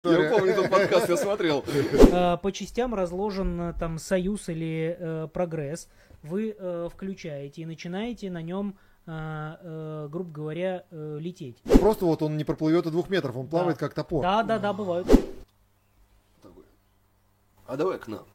Я помню этот подкаст, я смотрел. По частям разложен там Союз или Прогресс. Вы включаете и начинаете на нем, грубо говоря, лететь. Просто вот он не проплывет и 2 метров, он плавает как топор. Да, бывают. А давай к нам.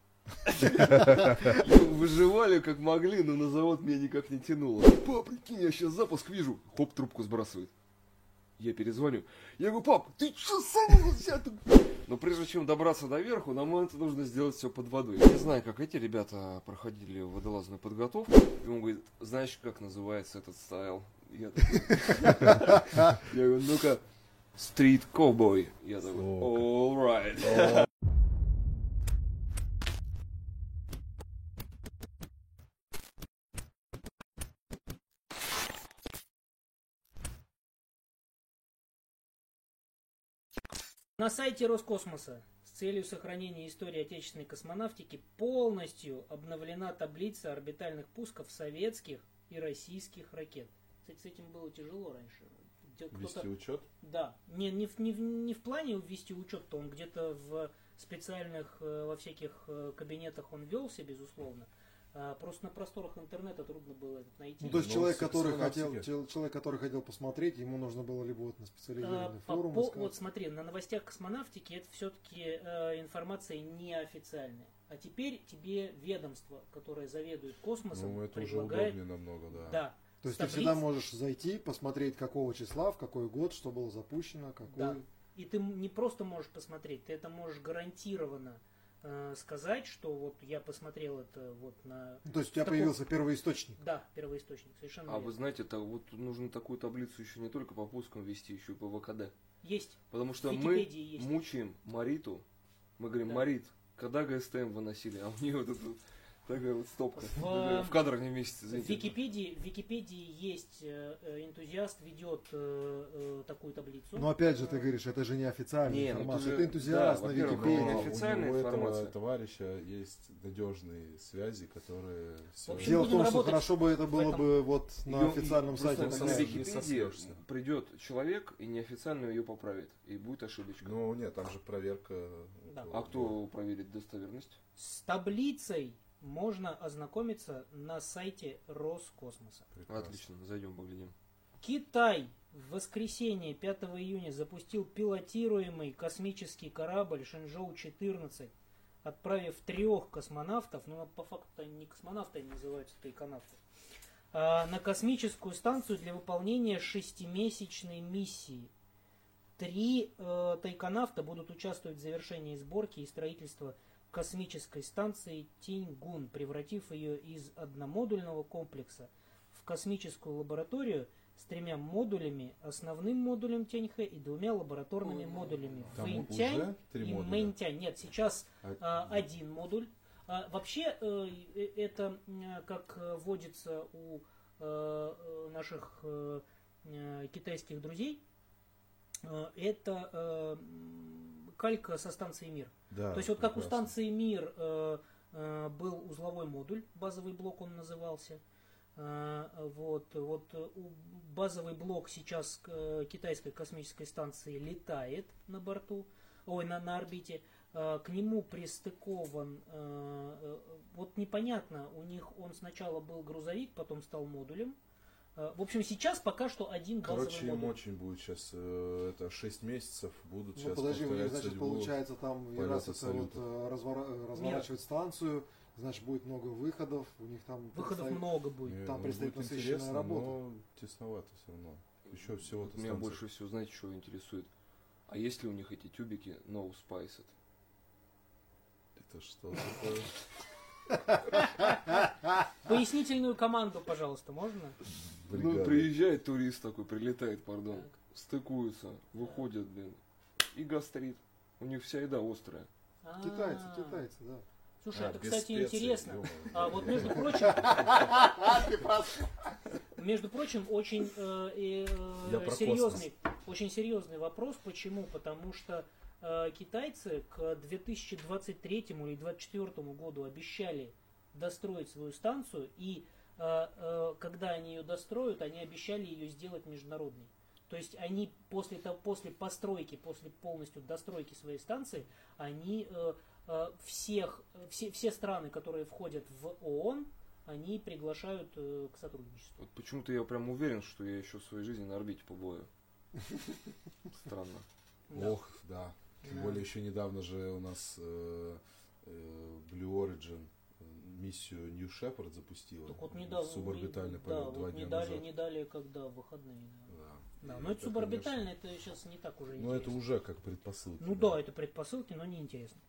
Выживали как могли, но на завод меня никак не тянуло. Пап, прикинь, я сейчас запуск вижу. Хоп, трубку сбрасывает. Я перезвоню. Я говорю, пап, ты что сам? Но прежде чем добраться до верху, нам это нужно сделать все под водой. Я не знаю, как эти ребята проходили водолазную подготовку. И он говорит, знаешь, как называется этот стайл? Я говорю, ну-ка, стрит ковбой. Я такой, all right. На сайте Роскосмоса с целью сохранения истории отечественной космонавтики полностью обновлена таблица орбитальных пусков советских и российских ракет. Кстати, с этим было тяжело раньше. Вести учет? Да. Не в плане ввести учет, то он где-то в специальных, во всяких кабинетах он велся, безусловно. Просто на просторах интернета трудно было это найти. Ну, то есть человек, который хотел посмотреть, ему нужно было либо вот на специализированный форум. Вот смотри, на новостях космонавтики это все-таки информация неофициальная. А теперь тебе ведомство, которое заведует космосом, это предлагает... уже удобнее намного, да. Да. То есть ты всегда можешь зайти, посмотреть, какого числа, в какой год, что было запущено, какой... Да. И ты не просто можешь посмотреть, ты это можешь гарантированно сказать, что вот я посмотрел это вот на... То есть у тебя появился первоисточник? Да, первоисточник, совершенно верно. Вы знаете, вот нужно такую таблицу еще не только по пускам вести, еще и по ВКД. Есть. Потому что мы мучаем Мариту, мы говорим, Марит, когда ГСТМ выносили, а у нее вот это... Такая вот стопка. В кадр не вместе. В Википедии есть энтузиаст, ведет такую таблицу. Но опять же, ты говоришь, это же не официальная информация. Это энтузиаст на Википедии. Неофициальная информация. У этого товарища есть надежные связи, которые... Дело в том, что хорошо бы это было бы вот на официальном сайте. На Википедии придет человек и неофициально ее поправит. И будет ошибочка. Ну нет, там же проверка. А кто проверит достоверность? С таблицей можно ознакомиться на сайте Роскосмоса. Прекрасно. Отлично, зайдем, поглядим. Китай в воскресенье 5 июня запустил пилотируемый космический корабль Шэньчжоу-14, отправив 3 космонавтов, по факту они не космонавты, они называются тайконавты, на космическую станцию для выполнения 6-месячной миссии. 3 тайконавта будут участвовать в завершении сборки и строительства космической станции Тиньгун, превратив ее из одномодульного комплекса в космическую лабораторию с 3 модулями, основным модулем Тяньхэ и 2 лабораторными модулями Вэньтянь и Мэньтянь. Нет, сейчас 1 модуль. Вообще, это, как водится у наших китайских друзей, это калька со станции Мир. Да, то есть вот как у станции Мир был узловой модуль, базовый блок он назывался. Вот базовый блок сейчас китайской космической станции летает на борту, на орбите. К нему пристыкован, вот непонятно, у них он сначала был грузовик, потом стал модулем. В общем, сейчас пока что один базовый модуль. Короче, им очень будет сейчас, это 6 месяцев будут сейчас подожди, повторять значит, судьбу получается, там и раз это вот разворачивать станцию, значит, будет много выходов, у них там... Выходов много будет. Там предстоит насыщенная работа. Но тесновато все равно. Еще всего-то Меня больше всего, знаете, что интересует? А есть ли у них эти тюбики No Spiced? Это что такое? Пояснительную команду, пожалуйста, можно? Приезжает турист такой, прилетает, пардон, стыкуются, выходят, и гастрит. У них вся еда острая. Китайцы, да. Слушай, это, кстати, интересно. Вот между прочим, очень серьезный вопрос. Почему? Потому что китайцы к 2023 или 2024 году обещали достроить свою станцию, и когда они ее достроят, они обещали ее сделать международной. То есть они после постройки, после полностью достройки своей станции, они все страны, которые входят в ООН, они приглашают к сотрудничеству. Вот почему-то я прям уверен, что я еще в своей жизни на орбите побою. Странно. Да. Ох, да. Тем Да. более еще недавно же у нас Blue Origin миссию New Shepard запустила. Так вот недавно, Суборбитальный да, полет вот 2 дня не дали, назад. не дали, когда в выходные. Да. Да. Да, И но это суборбитально, конечно, это сейчас не так уже ну интересно. это уже как предпосылки. Ну да, это предпосылки, но не интересно.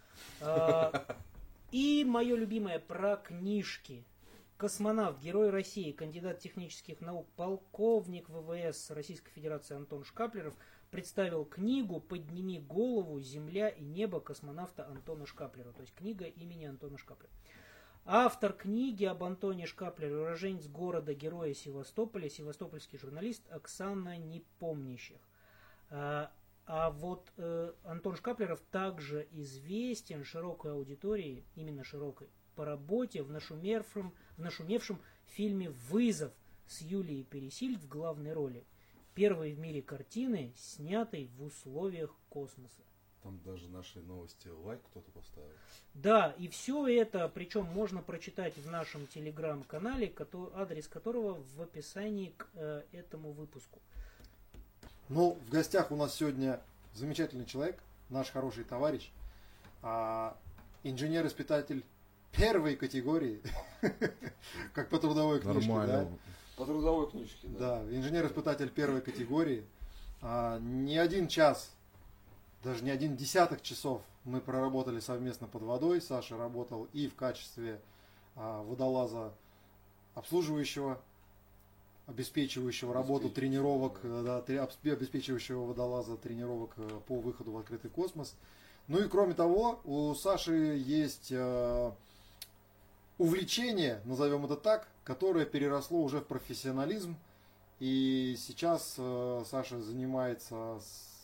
И мое любимое про книжки. Космонавт, Герой России, кандидат технических наук, полковник ВВС Российской Федерации Антон Шкаплеров представил книгу «Подними голову. Земля и небо» космонавта Антона Шкаплера. То есть книга имени Антона Шкаплера. Автор книги об Антоне Шкаплере, уроженец города-героя Севастополя, севастопольский журналист Оксана Непомнящих. А вот Антон Шкаплеров также известен широкой аудитории, именно широкой, по работе в нашумевшем фильме «Вызов» с Юлией Пересильд в главной роли. Первой в мире картины, снятой в условиях космоса. Там даже нашей новости лайк кто-то поставил. Да, и все это, причем можно прочитать в нашем телеграм-канале, адрес которого в описании к этому выпуску. Ну, в гостях у нас сегодня замечательный человек, наш хороший товарищ, инженер-испытатель первой категории, как по трудовой книжке, да? Нормально. По трудовой книжке, да. Да, инженер-испытатель первой категории. Не один час, даже не один десяток часов мы проработали совместно под водой. Саша работал и в качестве водолаза обслуживающего, обеспечивающего работу тренировок, да, обеспечивающего водолаза тренировок по выходу в открытый космос. Ну и кроме того, у Саши есть увлечение, назовем это так, которое переросло уже в профессионализм. И сейчас Саша занимается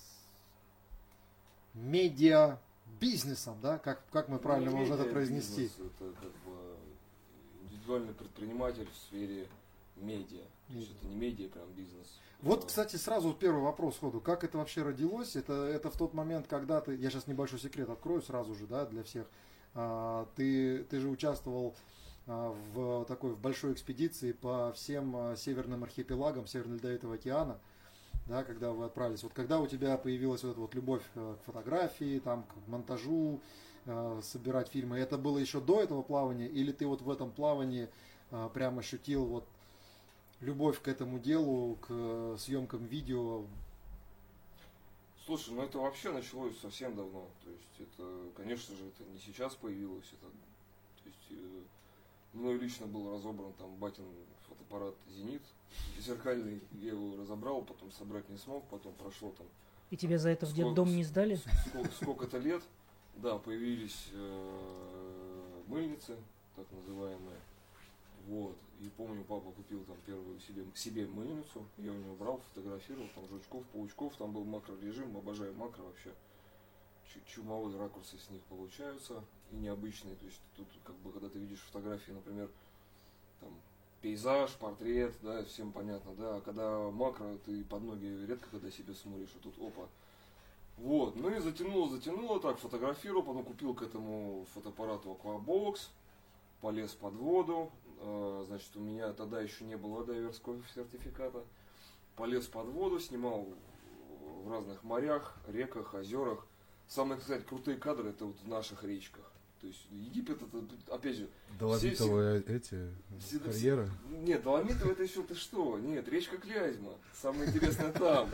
медиа-бизнесом, да? Как мы правильно можем это произнести? Это как бы индивидуальный предприниматель в сфере медиа. То есть это не медиа, прям бизнес. Вот, кстати, сразу первый вопрос сходу. Как это вообще родилось? Это в тот момент, когда ты... Я сейчас небольшой секрет открою сразу же, да, для всех. Ты же участвовал в большой экспедиции по всем северным архипелагам Северного Ледовитого океана, да, когда вы отправились. Вот когда у тебя появилась вот эта вот любовь к фотографии, там, к монтажу, собирать фильмы, это было еще до этого плавания, или ты вот в этом плавании прям ощутил вот любовь к этому делу, к съемкам видео? Слушай, ну это вообще началось совсем давно. То есть это, конечно же, это не сейчас появилось. Это, то есть мной лично был разобран там батин фотоаппарат «Зенит» зеркальный. Я его разобрал, потом собрать не смог, потом прошло там... И тебя за это в детдом не сдали? Сколько-то лет, да, появились мыльницы, так называемые. Вот. И помню, папа купил там первую себе мыльницу, я у него брал, фотографировал, там жучков, паучков, там был макрорежим, обожаю макро вообще. Чумовые ракурсы с них получаются и необычные. То есть тут как бы когда ты видишь фотографии, например, там пейзаж, портрет, да, всем понятно, да, а когда макро, ты под ноги редко когда себе смотришь, а тут опа. Вот, ну и затянуло, так, фотографировал, потом купил к этому фотоаппарату Aquabox, полез под воду, значит, у меня тогда еще не было дайверского сертификата, полез под воду, снимал в разных морях, реках, озерах. Самые, кстати, крутые кадры это вот в наших речках. То есть Египет это, опять же... Доломитовые карьеры? Нет, Доломитово это еще ты что? Нет, речка Клязьма. Самое интересное там.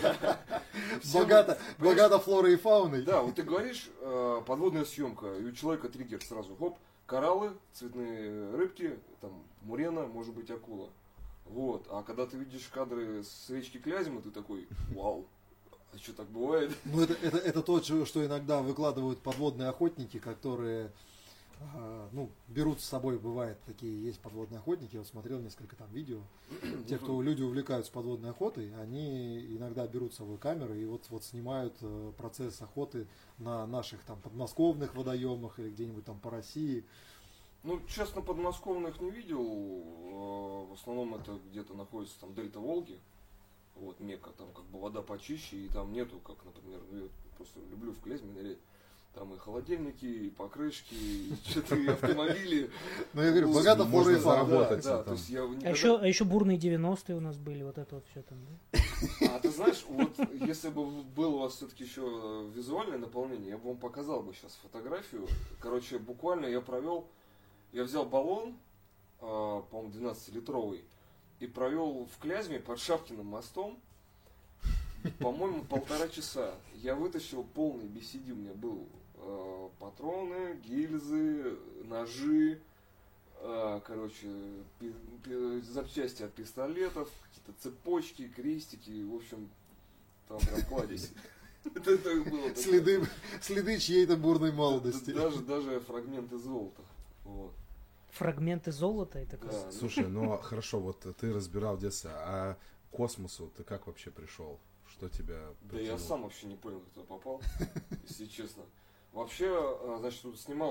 Богато флорой и фауной. Да, вот ты говоришь, подводная съемка, и у человека триггер сразу, хоп, кораллы, цветные рыбки, там, мурена, может быть, акула. Вот, а когда ты видишь кадры с речки Клязьма, ты такой, вау. А что так бывает? Ну, это то, что иногда выкладывают подводные охотники, которые берут с собой, бывает, такие есть подводные охотники, я вот смотрел несколько там видео. Те, кто люди увлекаются подводной охотой, они иногда берут с собой камеры и вот снимают процесс охоты на наших там подмосковных водоемах или где-нибудь там по России. Ну, честно, подмосковных не видел. В основном это где-то находится там дельта Волги. Вот, Мекка, там как бы вода почище, и там нету, как, например, ну, я просто люблю в Клязьме нырять. Там и холодильники, и покрышки, и что-то, и автомобили. Ну, я говорю, богато можно флора и фауна. заработать. Да, там. то есть я А никогда... еще бурные 90-е у нас были, вот это вот все там, да? А ты знаешь, вот если бы было у вас все-таки еще визуальное наполнение, я бы вам показал бы сейчас фотографию. Короче, буквально я взял баллон, по-моему, 12-литровый, и провел в Клязьме под Шапкиным мостом, по-моему, 1,5 часа. Я вытащил полный BCD, у меня был патроны, гильзы, ножи, короче, запчасти от пистолетов, какие-то цепочки, крестики, в общем, там прям кладезь. Это было такое. Следы чьей-то бурной молодости. Даже фрагменты золота. Вот. Фрагменты золота, это как... Да. Слушай, ну хорошо, вот ты разбирал в детстве, а к космосу ты как вообще пришел? Что тебя Да я притянуло? сам вообще не понял, как туда попал, если честно. Вообще, значит, тут снимал.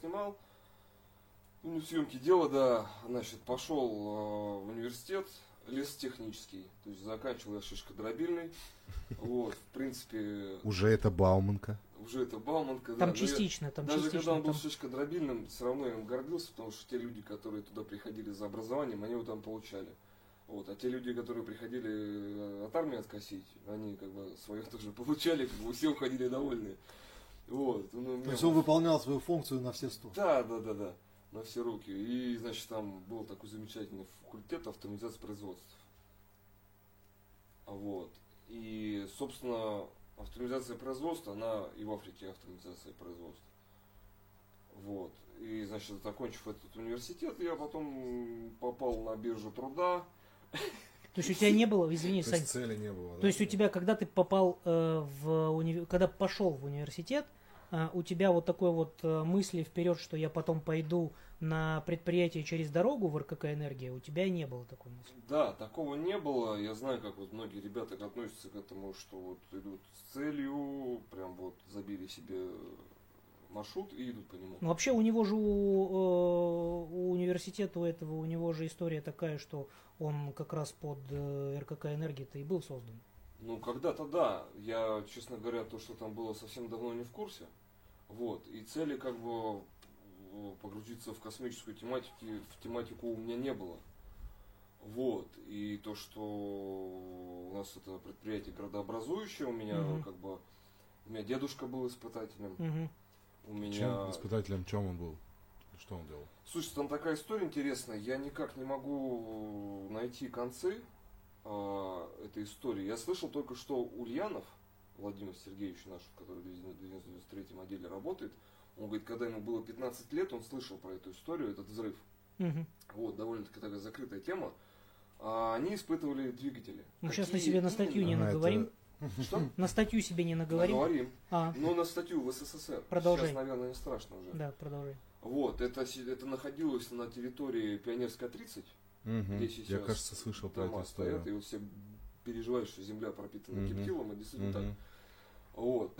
Ну, съемки дела, да, значит, пошел в университет лесотехнический, то есть заканчивал я шишкодробильный. Вот, в принципе, Уже это Бауманка. уже это Бауманка. Там да, но частично, там даже частично. когда он был там- шишкодробильным, все равно я им гордился, потому что те люди, которые туда приходили за образованием, они его там получали. Вот, а те люди, которые приходили от армии откосить, они как бы свое тоже получали, как бы все уходили довольные. Вот. Ну, у меня То есть он выполнял свою функцию на все 100. Да, на все руки. И, значит, там был такой замечательный факультет автоматизации производства. Вот. И, собственно, автоматизация производства, она и в Африке автоматизация производства. Вот. И, значит, закончив этот университет, я потом попал на биржу труда. То есть у тебя не было, извини, То Сань, есть цели не было. то да? есть у тебя, когда ты попал когда пошел в университет, у тебя вот такой вот мысли вперед, что я потом пойду на предприятие через дорогу в РКК «Энергия», у тебя не было такой мысли? Да, такого не было. Я знаю, как вот многие ребята относятся к этому, что вот идут с целью, прям вот забили себе маршрут и идут по нему. Ну, вообще у него же, у университета у этого, у него же история такая, что он как раз под РКК «Энергия»-то и был создан. Ну, когда-то да. Я, честно говоря, то, что там было совсем давно не в курсе. Вот. И цели как бы погрузиться в космическую тематику у меня не было. Вот. И то, что у нас это предприятие градообразующее, у меня Мгм. как бы... У меня дедушка был испытателем. Мгм. У меня... Чем испытателем, чем он был? Что он делал? Слушай, там такая история интересная. Я никак не могу найти концы этой истории. Я слышал только, что Ульянов, Владимир Сергеевич наш, который в 93-м отделе работает, он говорит, когда ему было 15 лет, он слышал про эту историю, этот взрыв. Мгм. Вот, довольно-таки такая закрытая тема. Они испытывали двигатели. Мы сейчас на Какие себе на статью не именно? наговорим. Что? На статью себе не наговорим. Наговорим. А, Но на статью в СССР. Продолжай. Сейчас, наверное, не страшно уже. да, продолжай. Вот, это находилось на территории Пионерская 30. Мгм. Где сейчас Я, кажется, слышал про эту Дома стоят, и историю. вот все переживают, что земля пропитана Мгм. гептилом, и действительно так. Мгм. Вот.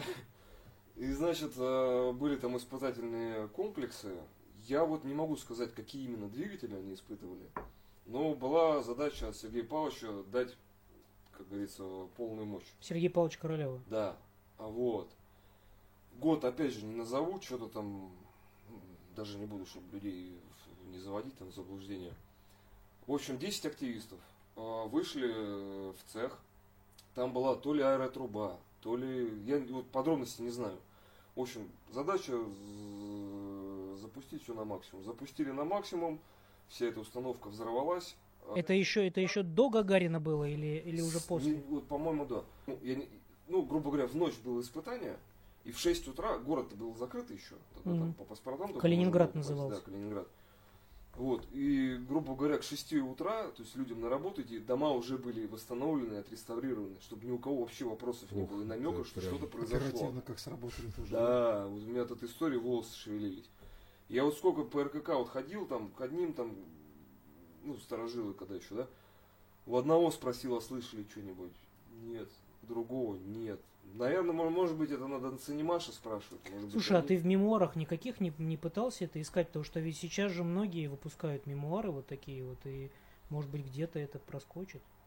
И, значит, были там испытательные комплексы. Я вот не могу сказать, какие именно двигатели они испытывали. Но была задача от Сергея Павловича дать, как говорится, полную мощь. Сергей Павлович Королева. Да. Вот. Год, опять же, не назову, что-то там, даже не буду, чтобы людей не заводить там в заблуждение. В общем, 10 активистов вышли в цех. Там была то ли аэротруба, то ли... Я вот подробности не знаю. В общем, задача запустить все на максимум. Запустили на максимум, вся эта установка взорвалась. Это еще до Гагарина было или уже после? Вот, по-моему, да. Ну, грубо говоря, в ночь было испытание, и в 6 утра, город был закрыт еще, тогда Мгм. там по паспортам только Калининград можно было попасть. назывался. Да, Калининград. Вот, и, грубо говоря, к 6 утра, то есть людям на работу идти, дома уже были восстановлены, отреставрированы, чтобы ни у кого вообще вопросов не Ух, было, и намеков, это что прям что-то произошло. Оперативно как сработали тоже. Да, вот у меня от этой истории волосы шевелились. Я вот сколько по РКК вот ходил, там, к одним там, ну, старожилы когда еще, да, у одного спросил, а слышали что-нибудь? Нет. Другого нет. Наверное, может быть, это надо Санимаша спрашивать. Может Слушай, быть, а ты в мемуарах никаких не пытался это искать? Потому что ведь сейчас же многие выпускают мемуары вот такие вот, и может быть где-то это проскочит.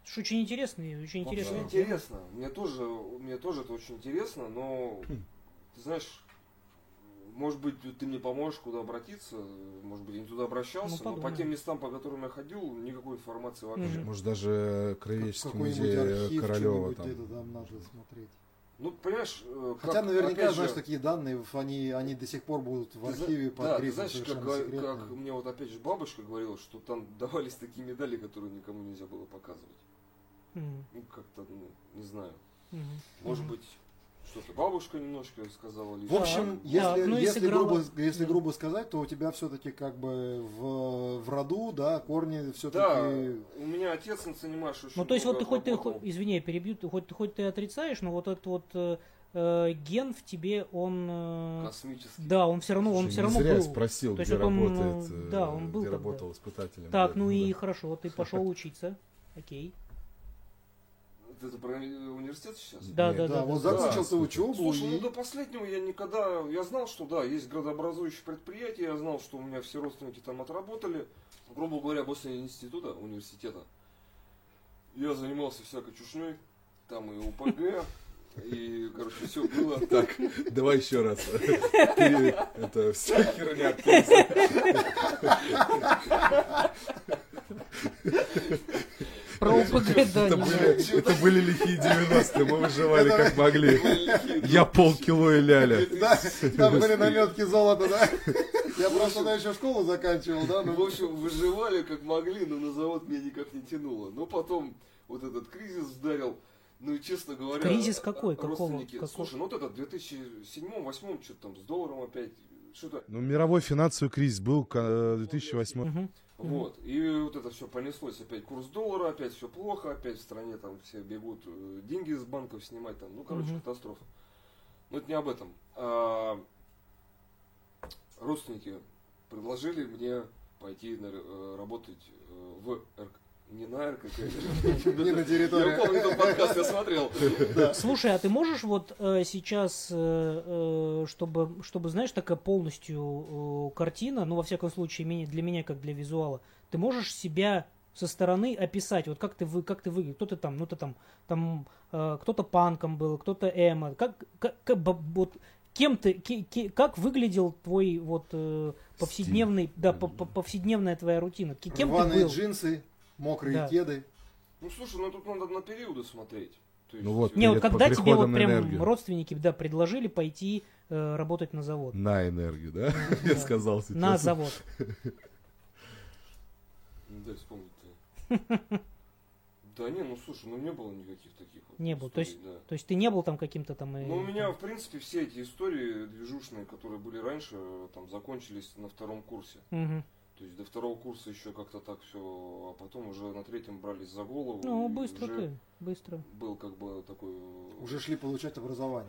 Это очень интересный, очень Вообще интересный. интересно. Мне тоже это очень интересно, но ты знаешь, может быть, ты мне поможешь, куда обратиться, может быть, я не туда обращался, но по подумаем. тем местам, по которым я ходил, никакой информации вообще. Мгм. Может, даже Краеведческий Какой-нибудь музей архив, Королева что-нибудь там. где-то там надо смотреть. Ну, понимаешь, Хотя как, наверняка, опять знаешь, же, такие данные, они до сих пор будут в ты зна- архиве под да, ты грифом знаешь, совершенно как секретно. мне вот опять же бабушка говорила, что там давались такие медали, которые никому нельзя было показывать. Мгм. Ну, как-то, не знаю. Мгм. Может Мгм. быть, что-то бабушка немножко сказала. В общем, Так, если, так, ну и если, сыграла- если да. грубо сказать, то у тебя все-таки как бы в роду, да, корни все-таки... Да, у меня отец национимаш очень Ну, то есть, вот много ты отработал. извини, я перебью, хоть ты отрицаешь, но вот этот вот ген в тебе, он, Космический. да, он все равно, Слушай, все не равно зря был. спросил, То есть где вот он, работает, да, он был где тогда. работал испытателем. Так, да, ну и да. хорошо, ты пошел учиться, окей. Это про университет сейчас? Да, Нет, да, да. вот да. закончил ты Да, учебу Слушай, ну и... до последнего я знал, что да, есть градообразующее предприятие, я знал, что у меня все родственники там отработали. Грубо говоря, после института, университета, я занимался всякой чушней, там и УПГ, и, короче, все было. Так, давай еще раз. Это вся херня. Про ОПГ, да, Это не знаю. были лихие 90-е, мы выживали как могли. Я Я полкило и ляля. Да, там были наметки золота, да? Я просто тогда еще школу заканчивал, да? в Ну, общем, выживали как могли, но на завод меня никак не тянуло. Но потом вот этот кризис вдарил. Ну и честно говоря, Кризис какой? родственники. Какого? Слушай, ну вот этот в 2007-2008, что-то там с долларом опять, что-то. Ну, мировой финансовый кризис был 2008. Мгм. Вот. И вот это все понеслось. Опять курс доллара, опять все плохо, опять в стране там все бегут деньги из банков снимать там. Ну, короче, Мгм. катастрофа. Но это не об этом. Родственники предложили мне пойти работать в не на РКК. не на территории. Я помню тот подкаст, я смотрел. Слушай, а ты можешь вот сейчас, чтобы, знаешь, такая полностью картина, ну, во всяком случае, для меня, как для визуала, ты можешь себя со стороны описать, вот как ты выглядишь, кто ты там, ну, ты там кто-то панком был, кто-то эмо, вот кем ты, как выглядел твой вот повседневный, да, повседневная твоя рутина, кем ты Рваные был? джинсы, мокрые Да. кеды. Ну слушай, ну тут надо на периоды смотреть. То есть, Ну вот, Не, вот перед когда тебе приходом вот на прям энергию. родственники, да, предложили пойти работать на завод. На энергию, да? Да. Я сказал сейчас. На завод. Ну, дай вспомнить-то. Да не, ну слушай, ну не было никаких таких вот Не было. То историй, да. То есть ты не был там каким-то там... Ну, у меня, в принципе, все эти истории движушные, которые были раньше, там, закончились на втором курсе. Мгм. То есть до второго курса еще как-то так все, а потом уже на третьем брались за голову. Ну, и быстро уже ты, быстро. был как бы такой... Уже шли получать образование.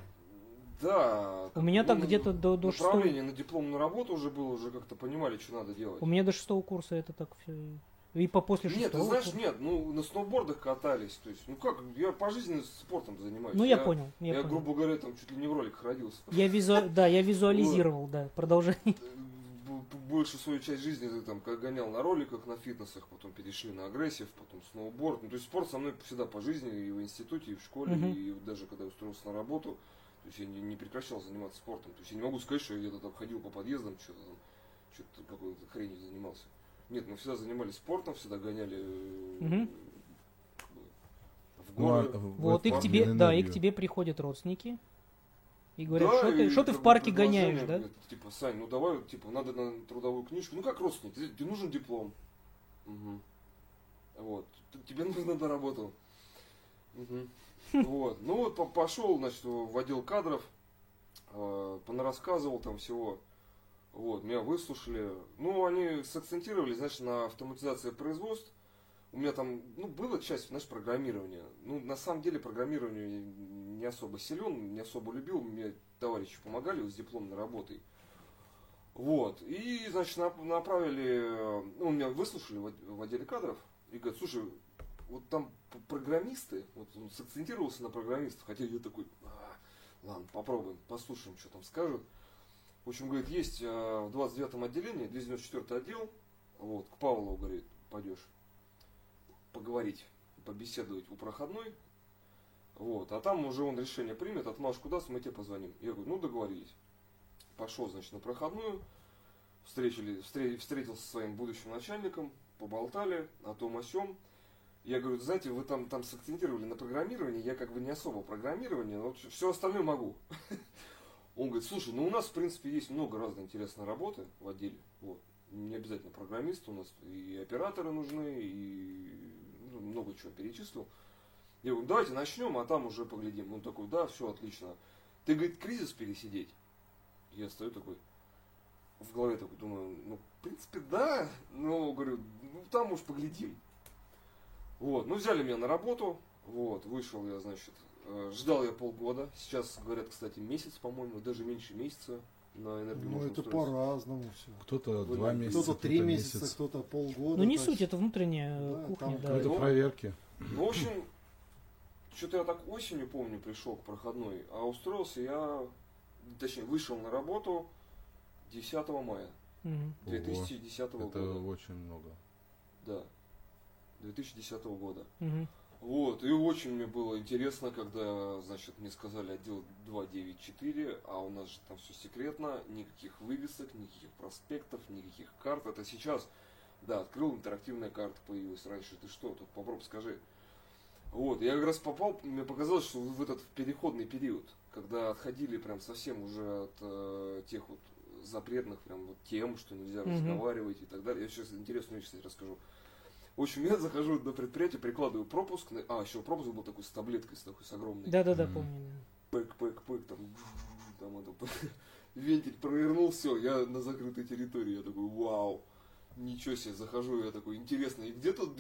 Да. У меня ну, так где-то до направление на дипломную работу уже было, уже как-то понимали, что надо делать. У меня до 6 курса это так все... И после 6 Нет, ты знаешь, нет, ну на сноубордах катались, то есть, ну как, я по жизни спортом занимаюсь. Ну, я понял, Я, я понял. грубо говоря, там чуть ли не в роликах родился. Да, я визуализировал, да, продолжение. Большую свою часть жизни ты там как гонял на роликах, на фитнесах, потом перешли на агрессив, потом сноуборд. Ну, то есть спорт со мной всегда по жизни, и в институте, и в школе, Мгм. и вот даже когда я устроился на работу, то есть я не прекращал заниматься спортом. То есть я не могу сказать, что я где-то там ходил по подъездам, что-то какой-то хренью занимался. Нет, мы всегда занимались спортом, всегда гоняли Мгм. как бы, в горы. Вот, и к тебе, да, и к тебе приходят родственники. И говорят, Да, и что ты как в бы парке предложение, гоняешь, да? говорят, типа, Сань, ну давай, типа, надо на трудовую книжку. Ну как родственник, тебе нужен диплом. Мгм. Вот. Тебе нужно на работу. Мгм. Вот. Ну вот пошел, значит, в отдел кадров, понарассказывал там всего. Вот, меня выслушали. Ну, они сакцентировали, знаешь, на автоматизации производств. У меня там, ну, была часть, знаешь, программирования. Ну, на самом деле, программирование не особо силен, не особо любил. Мне товарищи помогали вот с дипломной работой. Вот. И, значит, направили, ну, меня выслушали в отделе кадров. И говорят, слушай, вот там программисты, вот он сакцентировался на программистах. Хотя я такой, ладно, попробуем, послушаем, что там скажут. В общем, говорит, есть в 29-м отделении, 294-й отдел. Вот, к Павлову, говорит, пойдешь поговорить. побеседовать у проходной. Вот, а там уже он решение примет, отмашку даст, мы тебе позвоним. Я говорю, ну договорились. Пошел, значит, на проходную, встретился со своим будущим начальником, поболтали о том о сём. Я говорю, знаете, вы там сакцентировали на программировании, я как бы не особо программирование, но все остальное могу. Он говорит, слушай, ну у нас в принципе есть много разной интересной работы в отделе. Вот. Не обязательно программисты, у нас и операторы нужны, и много чего перечислил. Я говорю, давайте начнем, а там уже поглядим. Он такой, да, все отлично. Ты, говорит, кризис пересидеть? Я стою такой, в голове такой думаю, ну, в принципе, да, но, говорю, ну, там уж поглядим. Вот, ну, взяли меня на работу, вот, вышел я, значит, ждал я полгода, сейчас, говорят, кстати, месяц, по-моему, даже меньше месяца на энергию Ну, можно это устроиться. по-разному все. Кто-то Вы 2 знаете, месяца, Кто-то 3 месяца, кто-то полгода. Ну не то суть, есть- это внутренняя Да, кухня, там да. Какие-то Ну, проверки. В общем, что-то я так осенью, помню, пришел к проходной, а устроился я, точнее, вышел на работу 10 мая Мгм. 2010 Это года. очень много. Да, 2010 года. Мгм. Вот, и очень мне было интересно, когда, значит, мне сказали отдел 294, а у нас же там все секретно, никаких вывесок, никаких проспектов, никаких карт. Это сейчас, да, открыл, интерактивная карта появилась. Раньше ты что, тут попробуй скажи. Вот, я как раз попал, мне показалось, что в этот переходный период, когда отходили прям совсем уже от тех вот запретных прям вот тем, что нельзя разговаривать и так далее. Я сейчас интересную вещь, кстати, расскажу. В общем, я захожу на предприятие, прикладываю пропуск. Еще пропуск был такой с таблеткой, с огромной. Да-да-да, Мгм. помню. Пэк, там это, вентиль провернул, все, я на закрытой территории. Я такой, вау, ничего себе, захожу, я такой, интересно, и где тут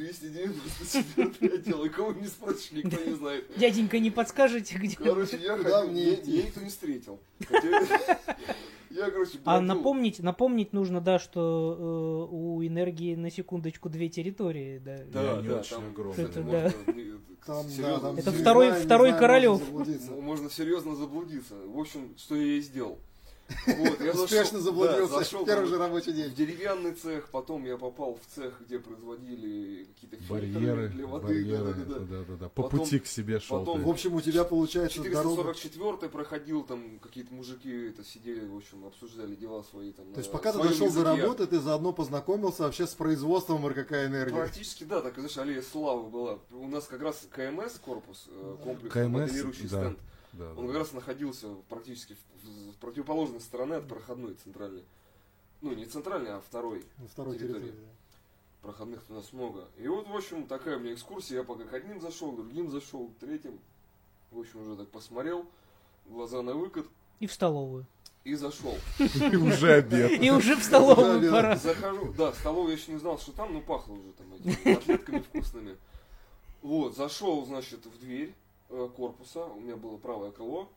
294 отдел, и кого не спросишь, никто не знает. Дяденька, не подскажете, где? Короче, я Куда ходил, мне идти? меня никто не встретил. Хотя я, короче, А бродил. напомнить нужно, да, что у энергии на секундочку 2 территории, да. Да, Они да, очень там, огромные. кстати, Это можно, Там, серьезно, да, там Это не второй- знаю, не второй знаю, Королёв. можно заблудиться. можно серьезно заблудиться. В общем, что я и сделал. Вот, я Успешно заблудился зашел в первый там же рабочий в день. деревянный цех, потом я попал в цех, где производили какие-то фильтры Барьеры, для воды. барьеры, Да-да-да. да. По Потом- пути к себе шел. потом- ты. В общем, у тебя получается дорога. 444 проходил, там какие-то мужики это сидели, в общем, обсуждали дела свои там. То есть на пока ты своем дошел до языке. работы, ты заодно познакомился вообще с производством РКК «Энергии». Практически, да, так, знаешь, аллея славы была. У нас как раз КМС корпус, комплекс КМС, моделирующий да. стенд. Да, Он да. как раз находился практически в противоположной стороне от проходной центральной. Ну, не центральной, а второй. На второй территории. территории. Проходных у нас много. И вот, в общем, такая у меня экскурсия. Я пока к одним зашел, к другим зашел, к третьим. В общем, уже так посмотрел, глаза на выкат И в столовую. и зашел. И уже обед. И уже в столовую Да, пора. Захожу, да, в столовую я еще не знал, что там, но пахло уже там этими котлетками вкусными. Вот, зашел, значит, в дверь корпуса, у меня было правое крыло,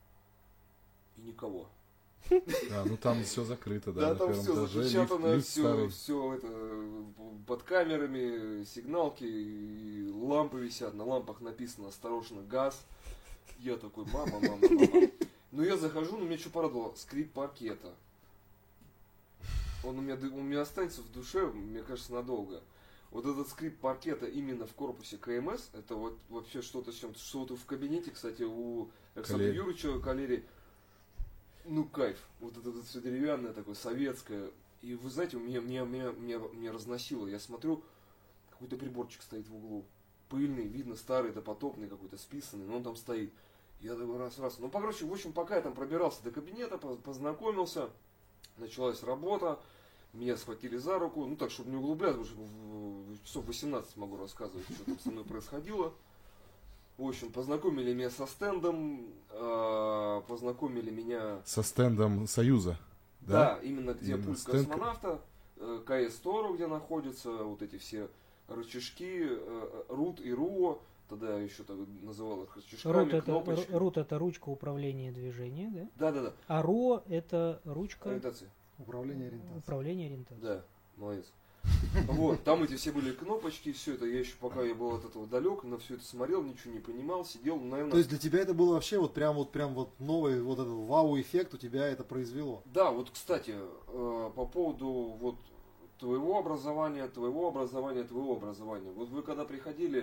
и никого. А, ну там все закрыто, да, Да, на там первом все этаже, запечатано, лифт старый. все это под камерами, сигналки, и лампы висят, на лампах написано «Осторожно, газ». Я такой, мама. Ну я захожу, но меня что порадовало, скрип паркета. Он у меня останется в душе, мне кажется, надолго. Вот этот скрип паркета именно в корпусе КМС, это вот вообще что-то с чем-то. Что вот в кабинете, кстати, у Александра Калери. Юрьевича Калери, ну кайф. Вот это вот все деревянное такое, советское. И вы знаете, меня разносило. Я смотрю, какой-то приборчик стоит в углу. Пыльный, видно, старый, допотопный какой-то, списанный, но он там стоит. Я такой раз. Ну, короче, в общем, пока я там пробирался до кабинета, познакомился, началась работа. Меня схватили за руку, ну так, чтобы не углубляться, потому что в часов 18 могу рассказывать, что там со мной происходило. В общем, познакомили меня со стендом, познакомили меня... Со стендом Союза. Да, именно где Именно пульт стенд. космонавта, КС-Тору, где находятся вот эти все рычажки, РУТ и РУО, тогда еще так называл их рычажками, кнопочками. Рут это ручка управления движения, да? Да. А РО это ручка Ориентация. Управление ориентацией. управления ориентацией. Да, молодец. Вот, там эти все были кнопочки, все это, я еще пока я был от этого далек, на все это смотрел, ничего не понимал, сидел, наверное... То есть для тебя это было вообще вот прям новый вот этот вау-эффект у тебя это произвело? Да, вот, кстати, по поводу вот твоего образования. Вот вы когда приходили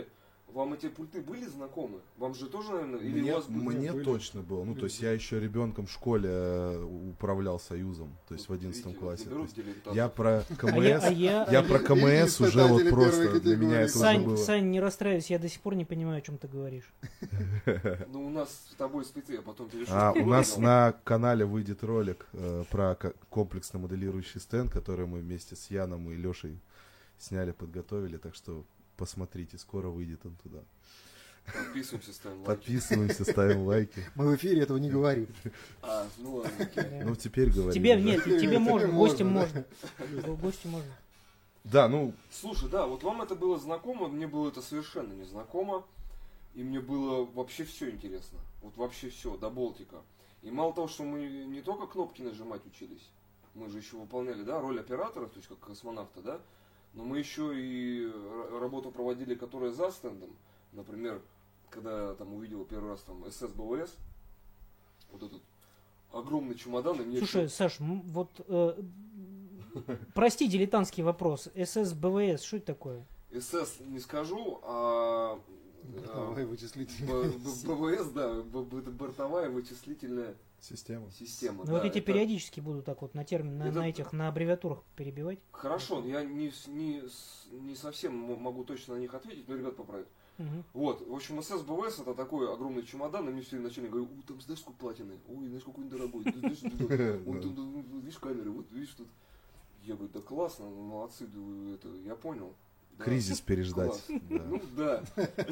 Вам эти пульты были знакомы? Вам же тоже, наверное, или Мне, у вас были? мне были. точно было. Ну, то есть я еще ребенком в школе управлял Союзом, то есть в 11 Видите, классе. не То берут есть дилетантов. я про А КМС, я- я про КМС уже вот Испытатели просто первой для меня это уже Сань, было. Сань, не расстраивайся, я до сих пор не понимаю, о чем ты говоришь. Ну, у нас с тобой спецы, а потом перешел. У нас на канале выйдет ролик про комплексно моделирующий стенд, который мы вместе с Яном и Лешей сняли, подготовили, так что посмотрите, скоро выйдет он туда. Подписываемся, ставим лайки. Подписываемся, ставим лайки. Мы в эфире этого не говорим. Ну ладно, окей. Ну, теперь говорим. Тебе да. нет, тебе Тебе можно, можно, гостям да. можно. Гостю можно. Да, ну, Слушай, да, вот вам это было знакомо, мне было это совершенно незнакомо. И мне было вообще все интересно. Вот вообще все, до болтика. И мало того, что мы не только кнопки нажимать учились, мы же еще выполняли, да, роль оператора, то есть как космонавта, да, но мы еще и работу проводили, которая за стендом. Например, когда я там увидел первый раз там СС-БВС, вот этот огромный чемодан, и мне Слушай, Саш, вот прости дилетантский вопрос. СС БВС, что это такое? СС не скажу, а Бортовая вычислительная. БВС, да, это бортовая вычислительная система. система. Ну да, вот эти это- периодически будут так вот на термин, Это- на этих, на аббревиатурах перебивать. Хорошо, я не совсем могу точно на них ответить, но ребят поправят. Мгм. Вот, в общем, СС БВС это такой огромный чемодан, и мне все время начальник говорит, там знаешь, сколько платины? Ой, знаешь, какой он дорогой. Ты знаешь, вот тут, видишь камеры, вот видишь тут. Я говорю, да классно, молодцы, да, это, я понял. Да. Кризис переждать. Класс. Да. Ну да.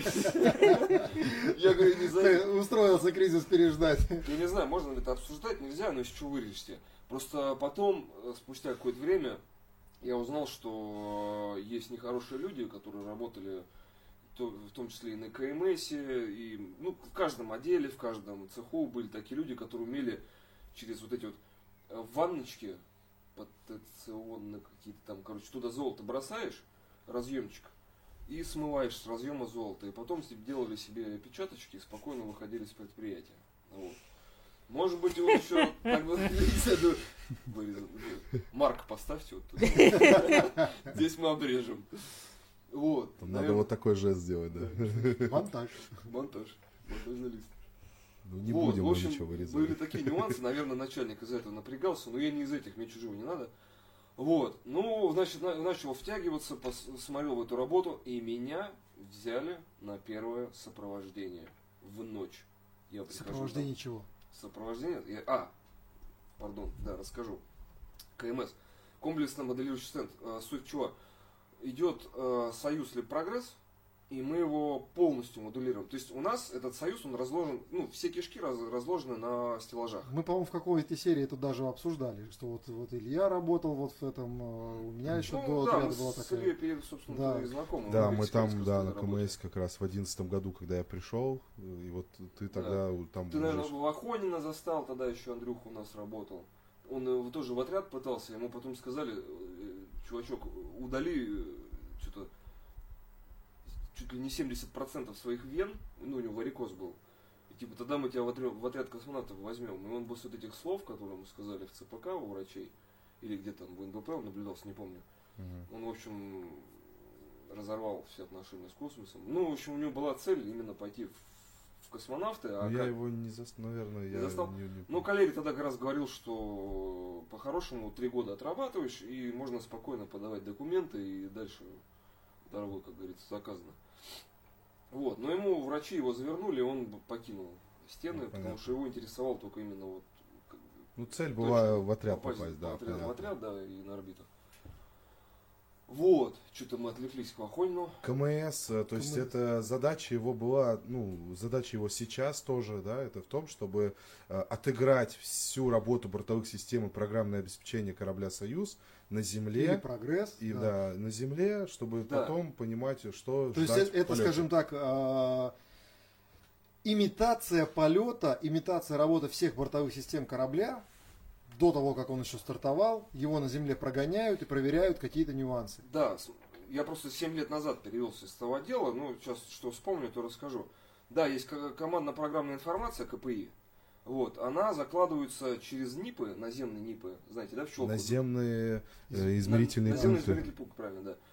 Я говорю, не за Устроился кризис переждать. я не знаю, можно ли это обсуждать, нельзя, но из чего вырежете. Просто потом, спустя какое-то время, я узнал, что есть нехорошие люди, которые работали в том числе и на КМС, и ну, в каждом отделе, в каждом цеху были такие люди, которые умели через вот эти вот ванночки потенционные какие-то там, короче, туда золото бросаешь, разъемчик, и смываешь с разъема золото. И потом делали себе печаточки и спокойно выходили с предприятия. Вот. Может быть, он еще так бы вырезал. Марк поставьте вот тут. Здесь мы обрежем. Вот. Там надо вот такой жест сделать, да. Монтаж. Монтаж. Монтажный лист. Ну, не Вот, будем в мы общем, ничего были вырезать. такие нюансы, наверное, начальник из-за этого напрягался, но я не из этих, мне чужого не надо. Вот, ну, значит, начал втягиваться, смотрел в эту работу, и меня взяли на первое сопровождение в ночь. Я прихожу Сопровождение там. чего? Сопровождение? Пардон, да, расскажу. КМС. Комплексно моделирующий стенд. Суть чего? Идет союз или прогресс, и мы его полностью модулируем. То есть у нас этот союз, он разложен, ну, все кишки разложены на стеллажах. Мы, по-моему, в какой-то серии это даже обсуждали, что вот Илья работал вот в этом, у меня еще Ну, до да, отряда мы была с такая. Ильей, собственно, Да. и знакомы. Да, в мы Мексиканской там, да, на работали. КМС как раз в 11 году, когда я пришел, и вот ты тогда там Ты, уже- наверное, Вахонина застал, тогда еще Андрюха у нас работал. Он тоже в отряд пытался, ему потом сказали, чувачок, удали что-то чуть ли не 70% своих вен, ну, у него варикоз был. И типа тогда мы тебя в отряд космонавтов возьмем. И он после вот этих слов, которые ему сказали в ЦПК у врачей, или где там в НБП он наблюдался, не помню. Мгм. Он, в общем, разорвал все отношения с космосом. Ну, в общем, у него была цель именно пойти в космонавты. Ну, я его не застал, наверное, Не я застал? не- Ну, коллега тогда как раз говорил, что по-хорошему 3 года отрабатываешь, и можно спокойно подавать документы, и дальше дорогой, как говорится, заказано. Вот, но ему врачи его завернули, и он покинул стены, Ну, потому понятно. что его интересовал только именно вот Ну, цель точно была в отряд попасть, да. в понятно. отряд, да, и на орбиту. Вот, что-то мы отвлеклись к Вахонину. КМС, то есть КМС. это задача его была, ну, задача его сейчас тоже, да, это в том, чтобы отыграть всю работу бортовых систем и программное обеспечение корабля «Союз» на Или Земле, прогресс. и, да. да, на Земле, чтобы Да. потом понимать, что То есть ждать в это, полете. скажем так, имитация полета, имитация работы всех бортовых систем корабля до того, как он еще стартовал, его на земле прогоняют и проверяют какие-то нюансы. Да, я просто 7 лет назад перевелся из того отдела, ну, сейчас что вспомню, то расскажу. Да, есть командно-программная информация, КПИ. Вот, она закладывается через НИПы, наземные НИПы, знаете, да, в щелку. Наземные измерительные Наземный пункты. измерительный пункт, правильно, да.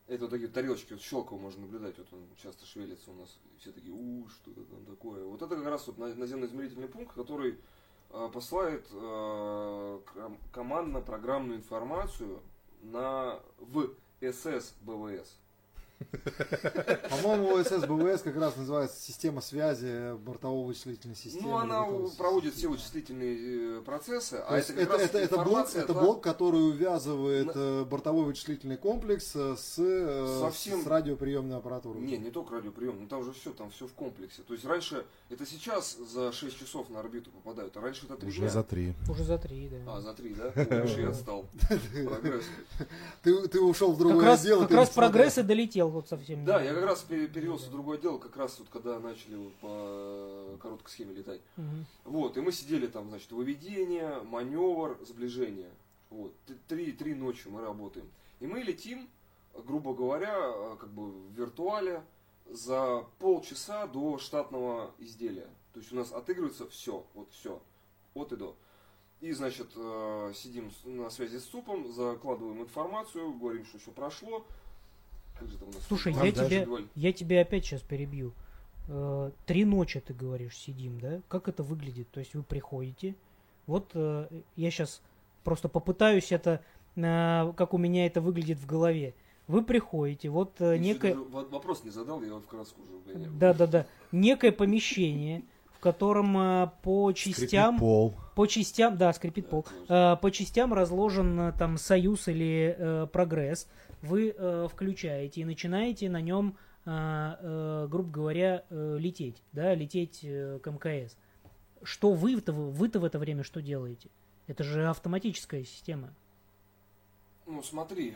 Это вот такие тарелочки, вот Щелкова можно наблюдать, вот он часто шевелится у нас, и все такие, что это там такое. Вот это как раз вот наземный измерительный пункт, который посылает командно-программную информацию в СС БВС. По-моему, ОСС БВС как раз называется система связи бортовой вычислительной системы. Ну, она проводит все вычислительные процессы, а это как раз информация... Это блок, который увязывает бортовой вычислительный комплекс с радиоприемной аппаратурой. Не только радиоприемной, там же все в комплексе. То есть раньше, это сейчас за 6 часов на орбиту попадают, а раньше это 3 дня. Уже за 3. Уже за 3, да. А, за 3, да? Уже я отстал. Прогресс. Ты ушел в другое отдел. Как раз прогресс и долетел вот совсем. Да, я как раз перевелся в другое дело, как раз вот когда начали по короткой схеме летать. Вот, и мы сидели там, значит, выведение, маневр, сближение. Вот, 3 ночи мы работаем. И мы летим, грубо говоря, как бы в виртуале за полчаса до штатного изделия. То есть у нас отыгрывается все, от и до. И, значит, сидим на связи с СУПом, закладываем информацию, говорим, что все прошло. Слушай, я тебя опять сейчас перебью. 3 ночи, ты говоришь, сидим, да? Как это выглядит? То есть вы приходите, вот я сейчас просто попытаюсь это, как у меня это выглядит в голове. Вы приходите, вот некое... Вопрос не задал, я в краску уже угоняю. Да. Некое помещение, в котором по частям... Скрипит пол. По частям, да, скрипит пол. По частям разложен там союз или прогресс. Вы включаете и начинаете на нем, грубо говоря, лететь к МКС. Что вы-то в это время что делаете? Это же автоматическая система. Ну, смотри,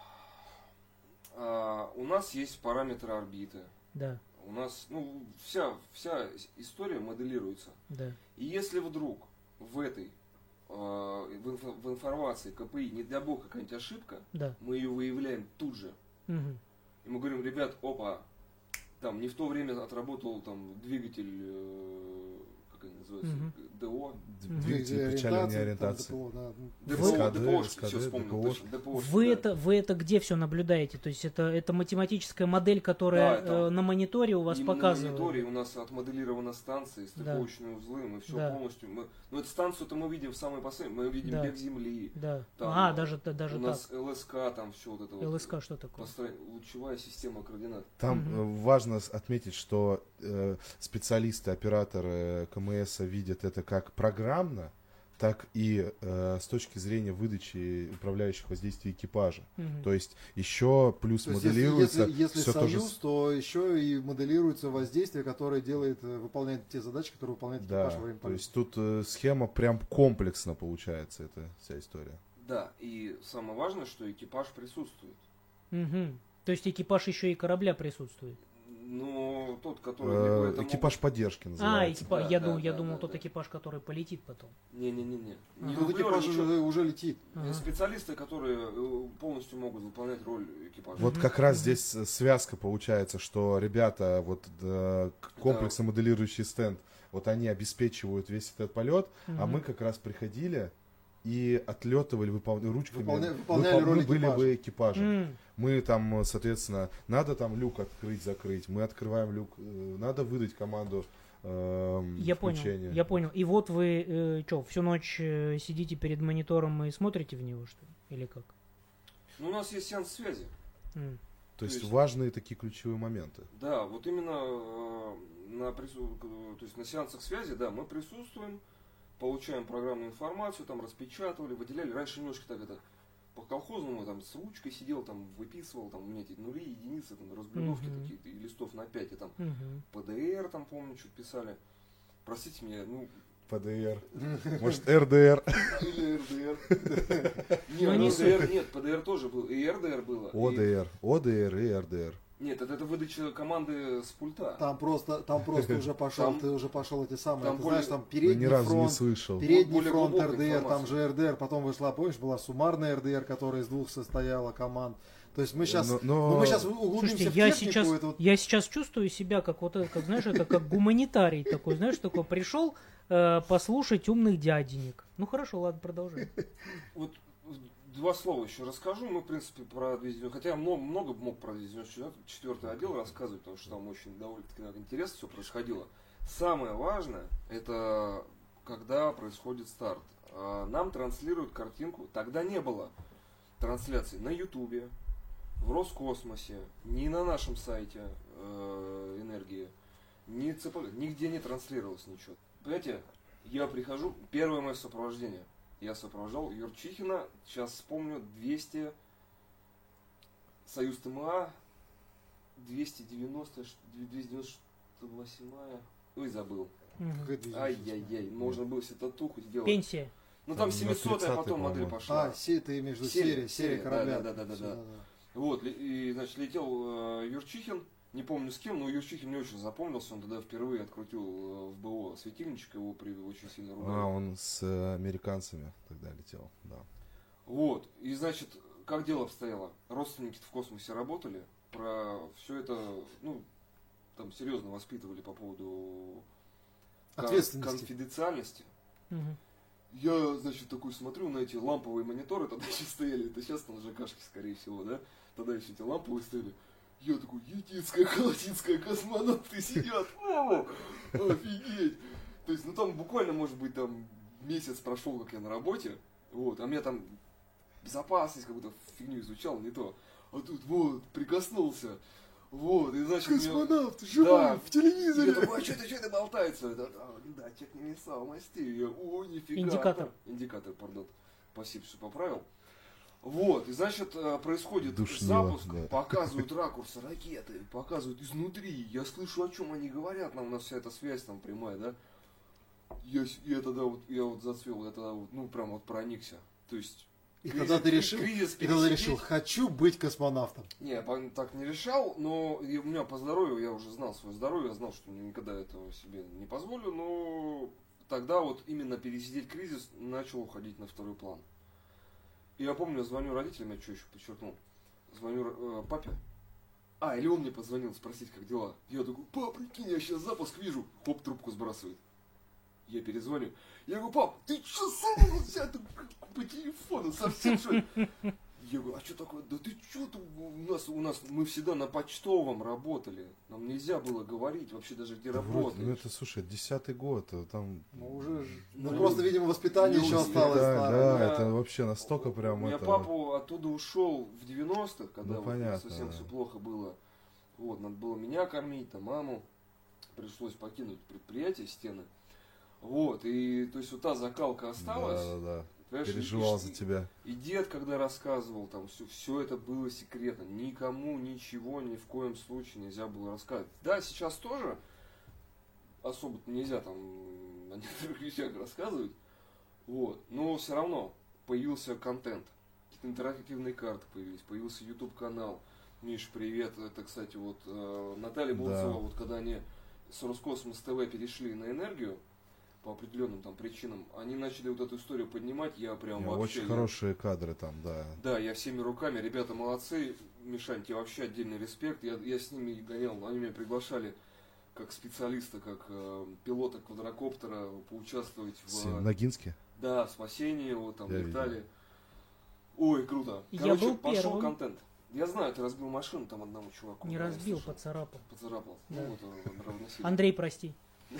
у нас есть параметры орбиты. Да. У нас, вся история моделируется. Да. И если вдруг в этой в информации КПИ, не дай бог, какая-нибудь ошибка, да, мы ее выявляем тут же. Угу. И мы говорим, ребят, там не в то время отработал там двигатель, как они называются, ДО. Двигатель причальной ориентации. ДПО, все вспомнил, ДПО. Вы это где все наблюдаете? То есть это математическая модель, которая на мониторе у вас показывает? На мониторе у нас отмоделирована станция, стыковочные узлы, мы все полностью... Ну, эту станцию-то мы видим в самой последней, мы видим бег Земли. Да. Там, даже так. У нас ЛСК, там все вот это ЛСК вот. что такое? Лучевая система координат. Там важно отметить, что специалисты, операторы КМС видят это как программно, так и с точки зрения выдачи управляющих воздействий экипажа. То есть еще плюс моделируется... Если союз, то еще и моделируется воздействие, которое выполняет те задачи, которые выполняет экипаж во время полета. То есть тут схема прям комплексно получается, эта вся история. Да, и самое важное, что экипаж присутствует. То есть экипаж еще и корабля присутствует? Ну, тот, который... экипаж поддержки называется. Я думал, тот экипаж, который полетит потом. Не-не-не. Тот экипаж уже летит. Специалисты, которые полностью могут выполнять роль экипажа. Вот как раз здесь связка получается, что ребята, комплексно моделирующий стенд, вот они обеспечивают весь этот полет, а мы как раз приходили и отлетывали, выполняли роль были бы экипажем. Мы там, соответственно, надо там люк открыть, закрыть, мы открываем люк, надо выдать команду включения. Я понял. И вот вы всю ночь сидите перед монитором и смотрите в него, что ли? Или как? Ну, у нас есть сеанс связи. То есть важные такие ключевые моменты. Да, вот именно на сеансах связи, да, мы присутствуем, получаем программную информацию, там распечатывали, выделяли. Раньше немножко так это по-колхозному, там с ручкой сидел, там выписывал, там у меня эти нули, единицы, там разбредовки такие, листов на 5, и там ПДР, там помню, что-то писали. Простите меня, ПДР. Может, РДР. Или РДР. Нет, ПДР тоже был, и РДР было. ОДР и РДР. Нет, это выдача команды с пульта. Там просто уже пошел, ты уже пошел эти самые, ты знаешь, там передний фронт, передний фронт РДР, там же РДР, потом вышла, помнишь, была суммарная РДР, которая из 2 состояла команд. То есть мы сейчас, мы сейчас углубимся в технику. Я сейчас чувствую себя как знаешь, это как гуманитарий такой, знаешь, такой пришел послушать умных дяденек. Ну хорошо, ладно, продолжай. Вот два слова еще расскажу. Мы, в принципе, про 290, хотя я много мог про 294 отдел рассказывать, потому что там очень довольно-таки интересно все происходило. Самое важное, это когда происходит старт. Нам транслируют картинку, тогда не было трансляции на Ютубе, в Роскосмосе, ни на нашем сайте Энергии, ни ЦПГ, нигде не транслировалось ничего. Понимаете, я прихожу, первое мое сопровождение. Я сопровождал Юрчихина, сейчас вспомню, 200, Союз ТМА, 298, ой, забыл. Ай-яй-яй, можно было себе татуху сделать. Пенсия. Ну там Там 700-я, потом модель по-моему. пошла. Ты имеешь в виду серия корабля. Да. Вот, и, значит, летел Юрчихин, не помню с кем, но Юрчихин мне очень запомнился, он тогда впервые открутил в БО светильничек, его очень сильно ругали. Он с американцами тогда летел, да. Вот, и, значит, как дело обстояло? Родственники в космосе работали, про все это, ну, там серьезно воспитывали по поводу Ответственности. конфиденциальности. Мгм. Я, значит, такой смотрю на эти ламповые мониторы, тогда еще стояли, это сейчас на ЖКшке, скорее всего, да? Тогда еще эти ламповые стояли. Я такой, единская, холодинская, космонавты сидят, офигеть! То есть, ну там буквально, может быть, там месяц прошел, как я на работе, вот, а меня там безопасность какую-то фигню изучал, не то. А тут вот, прикоснулся, вот, и значит... Космонавт, Да. живой, в Я телевизоре. такой, а что это болтается? Да, чек не весомости. Я, о, нифига. Индикатор, пардон. Спасибо, что поправил. Вот, и значит, происходит Душнило, запуск, да. показывают ракурсы ракеты, показывают изнутри. Я слышу, о чем они говорят, у нас вся эта связь там прямая, да? Я тогда вот, зацвел, я тогда вот, ну, прям вот проникся. То есть... И тогда ты решил, пересидеть. хочу быть космонавтом. Не, я так не решал, но у меня по здоровью, я уже знал свое здоровье, я знал, что никогда этого себе не позволю, но тогда вот именно пересидеть кризис начал уходить на второй план. И я помню, звоню родителям, я что еще подчеркнул, звоню папе, или он мне позвонил спросить, как дела. Я такой, пап, прикинь, я сейчас запуск вижу, хоп, трубку сбрасывает. Я перезвоню. Я говорю, пап, ты что сам взял по телефону совсем что ли? Я говорю, а что такое? Да ты что тут у нас мы всегда на почтовом работали. Нам нельзя было говорить вообще даже где работаешь. Ну это, слушай, 10-й год, там... Ну просто, видимо, воспитание еще осталось старое. Да, это вообще настолько прям... У меня папу оттуда ушел в 90-х, когда Ну, вот понятно, совсем да. все плохо было. Вот, надо было меня кормить, там маму. Пришлось покинуть предприятие, стены. Вот, и то есть вот та закалка осталась. Да. Понимаешь, Переживал за тебя. И дед, когда рассказывал, там все это было секретно. Никому ничего ни в коем случае нельзя было рассказывать. Да, сейчас тоже особо нельзя там о некоторых вещах рассказывать. Вот. Но все равно появился контент. Какие-то интерактивные карты появились. Появился YouTube канал. Миш, привет. Это, кстати, вот Наталья Булцова, Да. вот когда они с Роскосмос ТВ перешли на энергию, по определенным там причинам, они начали вот эту историю поднимать, я прям вообще... Очень хорошие кадры там, да. Да, я всеми руками, ребята молодцы, Мишань, тебе вообще отдельный респект, я с ними гонял, они меня приглашали как специалиста, как пилота квадрокоптера поучаствовать в... Ногинске? Да, в спасении, вот там Я летали. видел. Ой, круто. Я Короче, был пошел первым. контент. Я знаю, ты разбил машину там одному чуваку. Не да, я разбил, слышал. поцарапал. Поцарапал. Да. Ну, вот равносильно. Андрей, прости.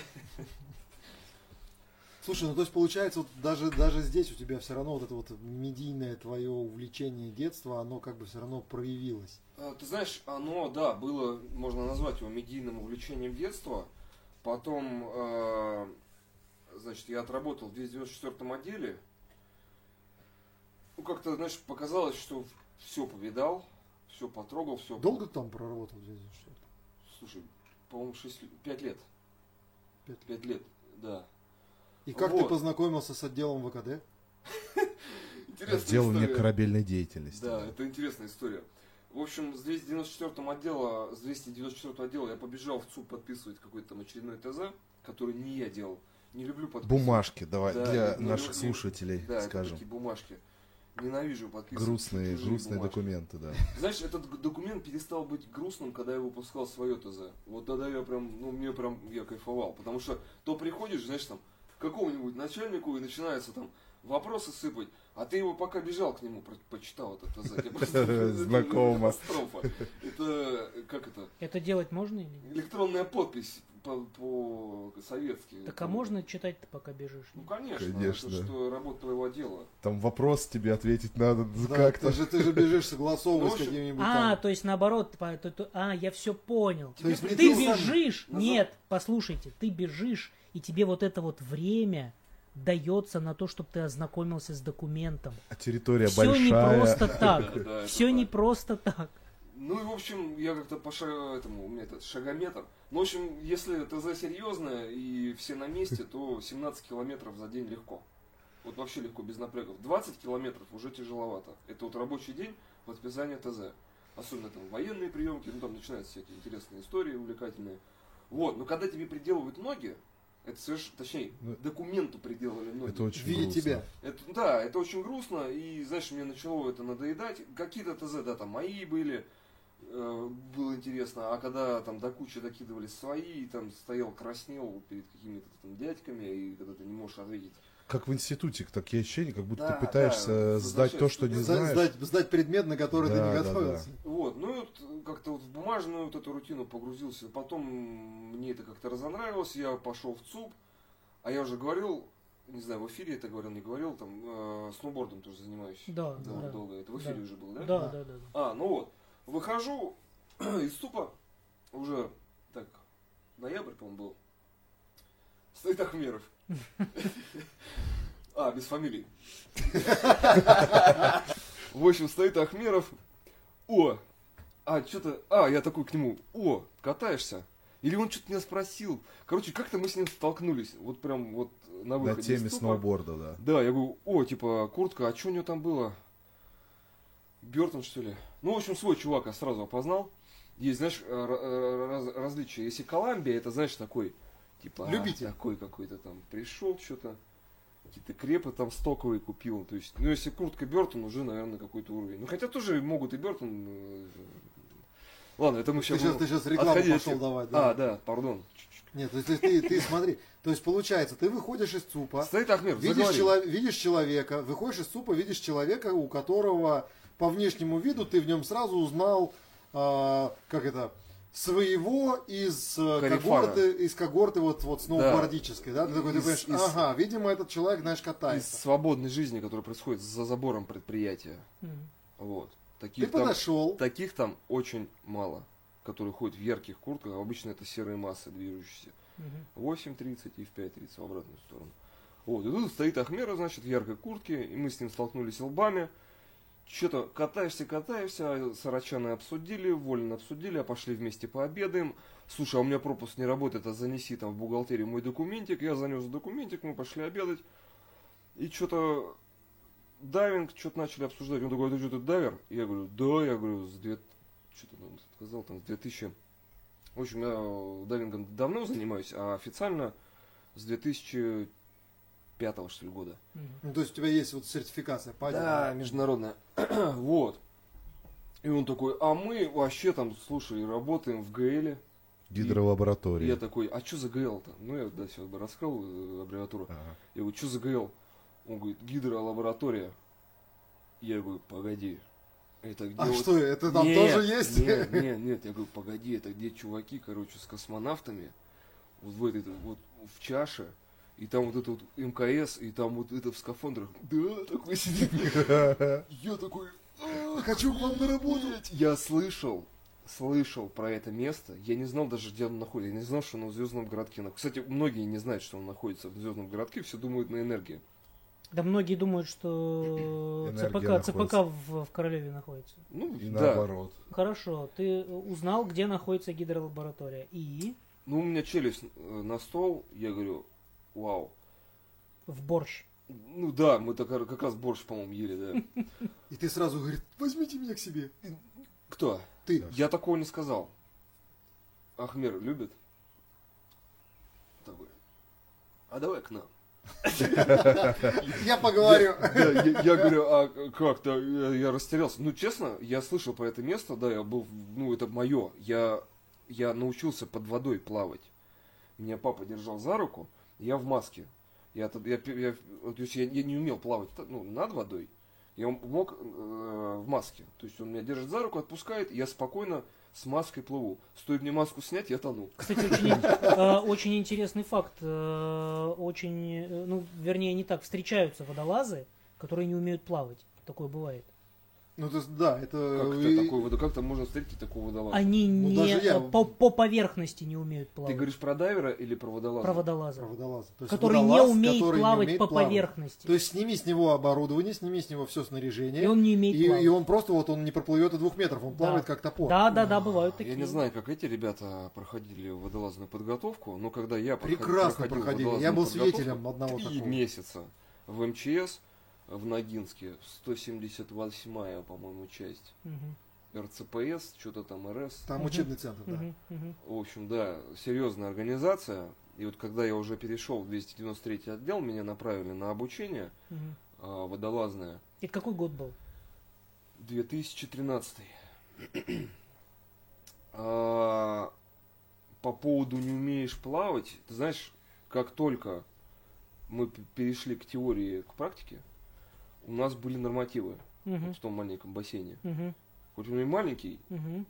Слушай, ну то есть получается, вот даже здесь у тебя все равно вот это вот медийное твое увлечение детства, оно как бы все равно проявилось. Ты знаешь, оно, да, было, можно назвать его медийным увлечением детства. Потом, значит, я отработал в 294 отделе. Ну, как-то, знаешь, показалось, что все повидал, все потрогал, все. Долго ты там проработал здесь? Слушай, по-моему, 5 лет. 5 лет, да. И как Вот. ты познакомился с отделом ВКД? Интересная Делание история. корабельной деятельности. Да, это интересная история. В общем, с 294 отдела, с 294 отдела я побежал в ЦУП подписывать какой-то там очередной ТЗ, который не я делал. Не люблю подписывать. Бумажки, давай, Да, для не наших люблю. слушателей, Да, это скажем. такие бумажки. Ненавижу подписывать. Грустные бумажки. документы, да. Знаешь, этот документ перестал быть грустным, когда я выпускал свое ТЗ. Вот тогда я прям, я кайфовал. Потому что то приходишь, знаешь, там, к какому-нибудь начальнику и начинается там вопросы сыпать. А ты его пока бежал к нему, почитал это ТЗ. Тебе просто- Знакомо. Это катастрофа. Это, как это, Это делать можно или нет? электронная подпись по-советски. Так а можно читать-то, пока бежишь? Ну, конечно. Конечно. Это что работа твоего отдела. Там вопрос тебе ответить надо Да, как-то. ты же бежишь согласовывать Ну, с в общем, какими-нибудь А, там. то есть наоборот, я все понял. То есть не Ты ты сам- бежишь, Назад. нет, послушайте, ты бежишь, и тебе вот это вот время дается на то, чтобы ты ознакомился с документом. А территория Все не большая. просто так. Да, это Все не так. просто так. Ну и в общем, я как-то по этому, у меня этот шагометр. Ну, в общем, если ТЗ серьезное и все на месте, то 17 километров за день легко. Вот вообще легко, без напрягов. 20 километров уже тяжеловато. Это вот рабочий день подписания ТЗ. Особенно там военные приемки, ну там начинаются всякие интересные истории, увлекательные. Вот, но когда тебе приделывают ноги, это точнее, Ну, документу приделали ноги. Это очень В виде грустно. тебя. Да, это очень грустно, и, знаешь, мне начало это надоедать. Какие-то ТЗ, да, там мои были, было интересно, а когда там до кучи докидывались свои, и там стоял, краснел перед какими-то там дядьками, и когда ты не можешь ответить. Как в институте, такие ощущения, как будто Да, ты пытаешься да, сдать то, что не знаешь. Сдать предмет, на который ты Да, не да, готовился. Вот, ну и вот как-то вот в бумажную вот эту рутину погрузился. Потом мне это как-то разонравилось, я пошел в ЦУП, а я уже говорил, не знаю, в эфире это говорил, не говорил, там, сноубордом тоже занимаюсь. Да, Вот, да. долго. Это в эфире Да. уже был, да? Да. А, ну вот, выхожу из ЦУПа, уже, так, ноябрь, по-моему, был. Стоит Ахмеров. А, без фамилии. В общем, стоит Ахмеров. Я такой к нему, катаешься? Или он что-то меня спросил. Короче, как-то мы с ним столкнулись. Вот прям вот на На выходе теме из ЦУПа. сноуборда, да. Да, я говорю, типа, куртка, а что у него там было? Бертон, что ли? Ну, в общем, свой чувак я сразу опознал. Есть, знаешь, различия. Если Колумбия, это, знаешь, такой, типа, Любитель. такой какой-то там пришел, что-то, какие-то крепы там стоковые купил. То есть, ну, если куртка Бертон, уже, наверное, какой-то уровень. Ну, хотя тоже могут и Бертон. Ладно, это мы сейчас... Ты сейчас рекламу отходить от пошел темы. давать. Да. Да, пардон. Нет, то есть ты смотри, то есть получается, ты выходишь из ЦУПа, Стоит Ахмеров, видишь, заговорил. видишь человека, выходишь из ЦУПа, видишь человека, у которого по внешнему виду ты в нем сразу узнал, своего из когорты вот сноубордической, да? Ты такой, ты понимаешь, ага, видимо, этот человек, знаешь, Из катается. свободной жизни, которая происходит за забором предприятия. Мгм. Вот. Ты Таких там, подошел, таких там очень мало, которые ходят в ярких куртках. Обычно это серые массы движущиеся. Мгм. 8.30 и в 5.30 в обратную сторону. Вот. И тут стоит Ахмера, значит, в яркой куртке, и мы с ним столкнулись лбами. Что-то катаешься, сарачаны обсудили, вольно обсудили, а пошли вместе пообедаем. Слушай, а у меня пропуск не работает, а занеси там в бухгалтерию мой документик. Я занес документик, мы пошли обедать. И что-то дайвинг, что-то начали обсуждать. Он такой, а ты что, ты дайвер? Я говорю, да, я говорю, что-то он сказал, там, с 2000. В общем, я дайвингом давно занимаюсь, а официально с 2005 что ли, года. Мгм. ну, то есть у тебя есть вот сертификация по Да, международная. Вот. И он такой, а мы вообще там, слушай, работаем в ГЭЛе. И Гидролаборатория. я такой, а что за ГЭЛ-то? Ну, я сейчас бы рассказал аббревиатуру. Ага. Я говорю, что за ГЭЛ? Он говорит, гидролаборатория. Я говорю, погоди. Это где А вот- что, это там Нет, тоже есть? Нет, я говорю, погоди, это где чуваки, короче, с космонавтами, вот в этой, вот в чаше, и там вот это вот МКС, и там вот это в скафандрах. Да, такой сидит. Я такой, Хочу к вам на работу. я слышал про это место, я не знал даже, где он находится, я не знал, что оно в Звездном городке. Кстати, многие не знают, что он находится в Звездном городке, все думают на энергии. Да многие думают, что Энергия ЦПК в Королеве находится. Ну, И да. наоборот. Хорошо, ты узнал, где находится гидролаборатория. И Ну, у меня челюсть на стол, я говорю, вау. в борщ. Ну да, мы так как раз борщ, по-моему, ели, да. И ты сразу говоришь, возьмите меня к себе. Кто? Ты. Я такого не сказал. Ахмер любит? Такой. А давай к нам. Я поговорю. Да, я говорю, а как-то я растерялся. Ну, честно, я слышал про это место, да, я был, ну, это мое. Я научился под водой плавать. Меня папа держал за руку, я в маске. То есть я не умел плавать над водой. Я мог в маске. То есть он меня держит за руку, отпускает, и я спокойно с маской плыву. Стоит мне маску снять, я тону. Кстати, очень интересный факт. Вернее, не так. Встречаются водолазы, которые не умеют плавать. Такое бывает. Ну, то есть, да, это... Как там можно встретить такого водолаза? Они даже я- по поверхности не умеют плавать. Ты говоришь про дайвера или про водолаза? Про водолаза. Про водолаза. То есть Который не водолаз, умеет который не плавать умеет по плавать. поверхности. То есть сними с него оборудование, сними с него все снаряжение. И он не умеет плавать. И он просто он не проплывет и 2 метров, он плавает как топор. Да, бывают такие. Я не знаю, как эти ребята проходили водолазную подготовку, но когда я Прекрасно проходил проходили. водолазную Я был подготовку, свидетелем одного 3 такого. месяца в МЧС в Ногинске, 178-я, по-моему, часть. Мгм, РЦПС, что-то там РС. Там учебный центр, да. мгм, мгм. В общем, да, серьезная организация. И вот когда я уже перешел в 293-й отдел, меня направили на обучение Мгм. водолазное. Это какой год был? 2013. По поводу не умеешь плавать, ты знаешь, как только мы перешли к теории, к практике, у нас были нормативы Мгм, в том маленьком бассейне. мгм, Хоть он и маленький, мгм.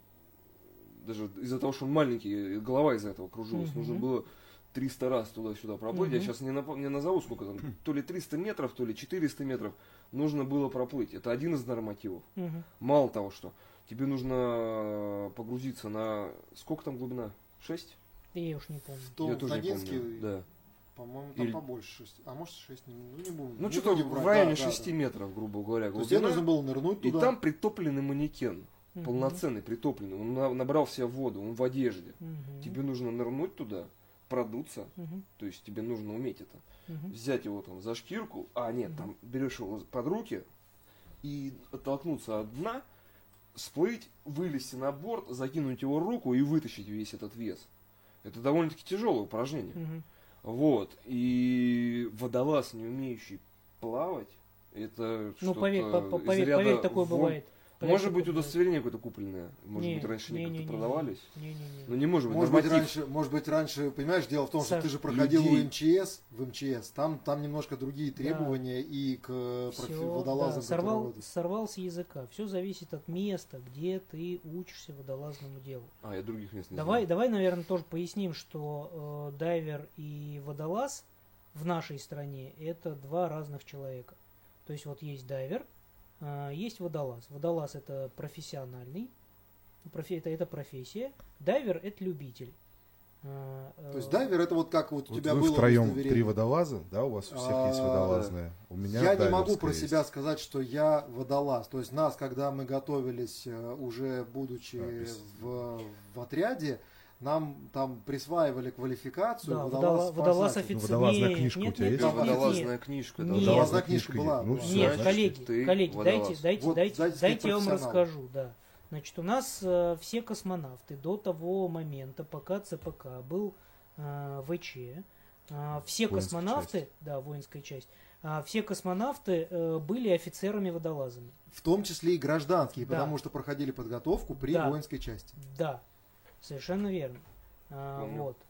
даже из-за того, что он маленький, голова из-за этого кружилась. Мгм. Нужно было 300 раз туда-сюда проплыть. Я Мгм. сейчас не назову, сколько там, то ли 300 метров, то ли 400 метров нужно было проплыть. Это один из нормативов. Мгм. Мало того, что тебе нужно погрузиться на... Сколько там глубина? 6? Я уж не помню. То Я в тоже не Ногинске, помню. Да. по-моему, там Или- побольше 6. А может 6, не будем. Ну, не что-то будем в врать. районе Да, 6 да. метров, грубо говоря, То есть тебе глубина. нужно было нырнуть И туда. там притопленный манекен. Мгм. Полноценный, притопленный. Он набрал в себя воду, он в одежде. Мгм. Тебе нужно нырнуть туда, продуться. Мгм. То есть тебе нужно уметь это. Мгм. Взять его там за шкирку, там берешь его под руки и оттолкнуться от дна, всплыть, вылезти на борт, закинуть его руку и вытащить весь этот вес. Это довольно-таки тяжелое упражнение. Мгм. Вот. И водолаз, не умеющий плавать, это Ну, что-то поверь, из ряда поверь, такое вон. бывает. Поверь, Может такое быть, удостоверение какое-то купленное. Может быть, раньше они как-то продавались. Не-не-не. Но не может быть. Может быть, раньше, понимаешь, дело в том, что Саш, ты же проходил людей. в МЧС, там немножко другие требования и к водолазам. которые Сорвал с языка. Все зависит от места, где ты учишься водолазному делу. Я других мест не Давай, знаю. наверное, тоже поясним, что дайвер и водолаз в нашей стране это 2 разных человека. То есть вот есть дайвер, есть водолаз. Водолаз это профессиональный, это профессия. Дайвер это любитель. То есть дайвер это вот как вот у Вот тебя вы было втроем удостоверение. 3 водолаза, да, у вас у всех есть водолазная. У меня Я не могу дайверская про есть. себя сказать, что я водолаз. То есть нас, когда мы готовились, уже будучи в отряде, нам там присваивали квалификацию Да, водолаз водолаз спасатель. офицер. Водолазная Нет, книжка нет, у тебя нет, есть? Да, нет, водолазная нет. книжка. Нет. Да, Водолазная книжка была. Ну, была. всё, Нет, значит, коллеги, ты дайте, водолаз. Вот, дайте я вам профессионал. расскажу, да. Значит, у нас все космонавты до того момента, пока ЦПК был ВЧ, все Воинская космонавты, часть. да, воинская часть, все космонавты были офицерами-водолазами. В том числе и гражданские, Да. потому что проходили подготовку при Да. воинской части. Да, совершенно верно. Помню. Вот.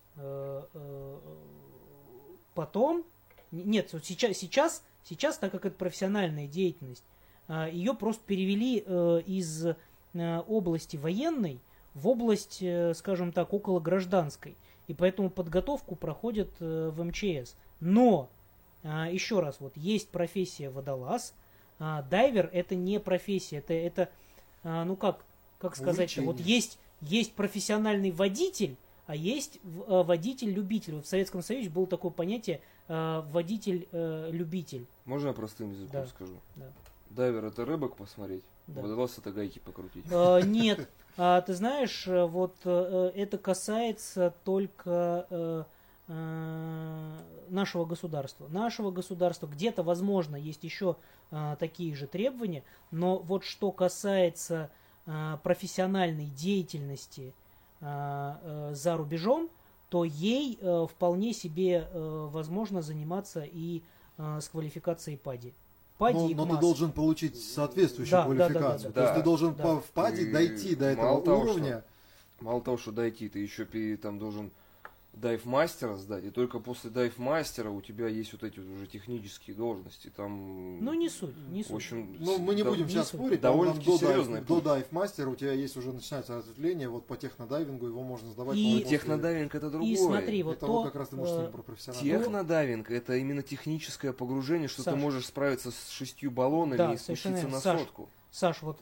Потом, нет, вот сейчас, так как это профессиональная деятельность, ее просто перевели из области военной в область, скажем так, около гражданской. И поэтому подготовку проходят в МЧС. Но, еще раз, вот есть профессия водолаз, дайвер это не профессия, это ну как сказать-то, вот Увлечение. есть профессиональный водитель, а есть водитель-любитель. Вот в Советском Союзе было такое понятие водитель-любитель. Можно я простым языком Да. скажу? Да. Дайвер это рыбок посмотреть, Да. водолаз это гайки покрутить. Нет, ты знаешь, вот это касается только нашего государства. Нашего государства где-то, возможно, есть еще такие же требования, но вот что касается профессиональной деятельности за рубежом, то ей вполне себе возможно заниматься и с квалификацией ПАДИ. ПАДИ и Но ты КМАС. должен получить соответствующую Да, квалификацию. да. То есть ты должен Да. в ПАДе Ты дойти до этого мало того, уровня. Мало того, что дойти, ты еще там должен дайв-мастера сдать, и только после дайв-мастера у тебя есть вот эти вот уже технические должности. Там, Ну, не суть, не в суть. общем, Ну, мы не да- будем не сейчас суть. спорить, Довольно-таки там серьезный до путь. дайв-мастера у тебя есть уже начинается ответвление, вот по технодайвингу его можно сдавать. И- по-моему, И после- технодайвинг это другое. И смотри, вот Это то... вот как раз ты можешь с э, ним про профессионального. Технодайвинг это именно техническое погружение, что Саш. ты можешь справиться с 6 баллонами Да, и совершенно спуститься верно. на Саш, сотку. Саш, вот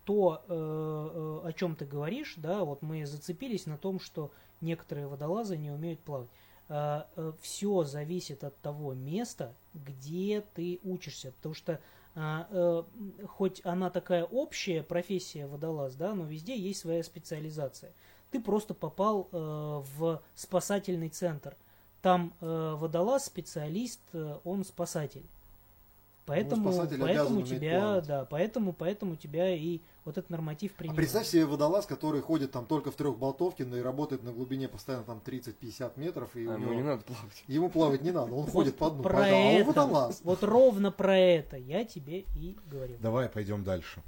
о чем ты говоришь, да, вот мы зацепились на том, что некоторые водолазы не умеют плавать. Все зависит от того места, где ты учишься, потому что хоть она такая общая профессия водолаз, да, но везде есть своя специализация. Ты просто попал в спасательный центр. Там водолаз, специалист, он спасатель. Поэтому, спасатель поэтому обязан уметь тебя, плавать. да, поэтому тебя и вот этот норматив А принимает. представь себе водолаз, который ходит там только в трехболтовке, но и работает на глубине постоянно там 30-50 метров, и у Ему него- не надо плавать. ему плавать не надо, он ходит по дну. Про Поэтому, а он это, водолаз. вот ровно про это я тебе и говорил. Давай пойдем дальше.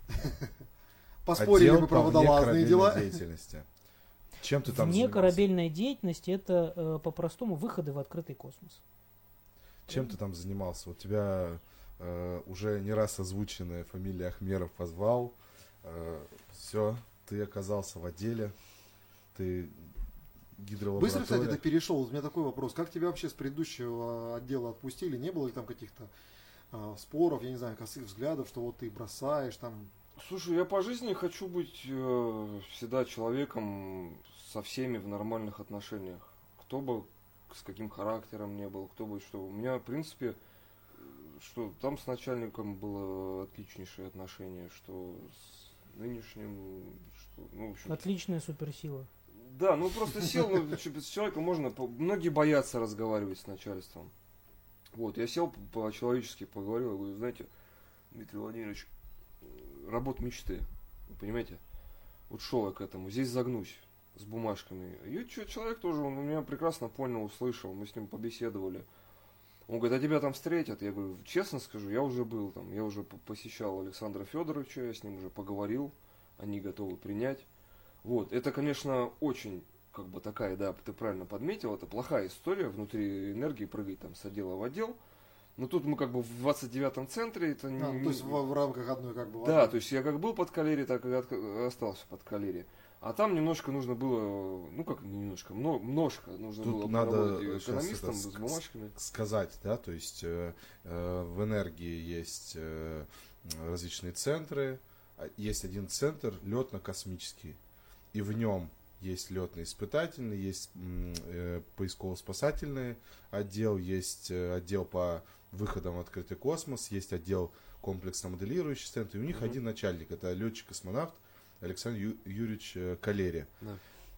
Поспорили Отдел мы про по водолазные внекорабельной дела. деятельности. Чем ты там Вне занимался? корабельной деятельности это по-простому выходы в открытый космос. Чем ты там занимался? Вот тебя уже не раз озвученная фамилия Ахмеров позвал. Все, ты оказался в отделе. Ты Быстро, кстати, гидролаборатория. ты перешел. У меня такой вопрос. Как тебя вообще с предыдущего отдела отпустили? Не было ли там каких-то споров, я не знаю, косых взглядов, что вот ты бросаешь там? Слушай, я по жизни хочу быть всегда человеком со всеми в нормальных отношениях. Кто бы с каким характером не был, кто бы что. У меня, в принципе, что там с начальником было отличнейшее отношение, что с нынешним, что, ну, в общем, Отличная суперсила. да, ну просто сел, ну, с человеком можно, многие боятся разговаривать с начальством. Вот, я сел по-человечески поговорил, говорю, знаете, Дмитрий Владимирович, работа мечты, вы понимаете? Вот шел я к этому, здесь загнусь с бумажками. И человек тоже, он меня прекрасно понял, услышал, мы с ним побеседовали. Он говорит, а тебя там встретят? Я говорю, честно скажу, я уже был там, я уже посещал Александра Федоровича, я с ним уже поговорил, они готовы принять. Вот, это, конечно, очень, как бы такая, да, ты правильно подметил, это плохая история, внутри энергии прыгать там с отдела в отдел. Но тут мы как бы в 29-м центре, это не... То есть в рамках одной как бы... Да, то есть я как был под калерией, так и остался под калерией. А там немножко нужно было, ну как немножко, множко нужно Тут было надо поработать сейчас экономистом это с бумажками. сказать, да, то есть в энергии есть различные центры, есть один центр летно-космический, и в нем есть летно-испытательный, есть поисково-спасательный отдел, есть отдел по выходам в открытый космос, есть отдел комплексно-моделирующий центр, и у них Мгм. один начальник, это летчик-космонавт Александр Юрьевич Калерия. Да.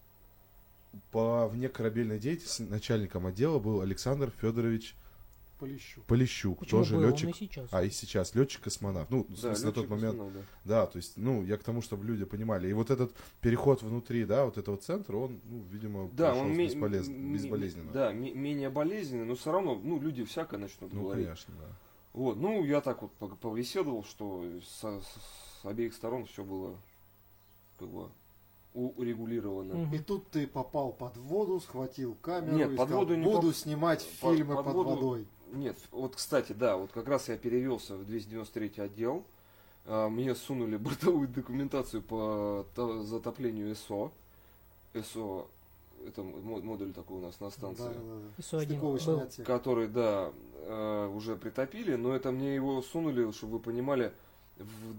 По внекорабельной деятельности начальником отдела был Александр Федорович Полищу. Полищук, Почему тоже был? Он и летчик. сейчас. И сейчас летчик-космонавт. Ну, в Да, смысле, на тот момент. летчик-космонавт, Да, то есть, ну, я к тому, чтобы люди понимали. И вот этот переход внутри, да, вот этого центра, он, ну, видимо, Да, прошел он безболезненно. Да, менее болезненный, но все равно, ну, люди всякое начнут Ну, говорить. конечно, да. Вот, ну, я так вот побеседовал, что с обеих сторон все было как бы урегулировано. Мгм. И тут ты попал под воду, схватил камеру Нет, и под сказал, воду не буду поп- снимать под- фильмы под под, воду- водой. Нет, вот, кстати, да, вот как раз я перевелся в 293 отдел. Мне сунули бортовую документацию по затоплению СО. СО, это модуль такой у нас на станции. Да. ИСУ-1 Стыковочный был. отсек. Который, да, уже притопили, но это мне его сунули, чтобы вы понимали, в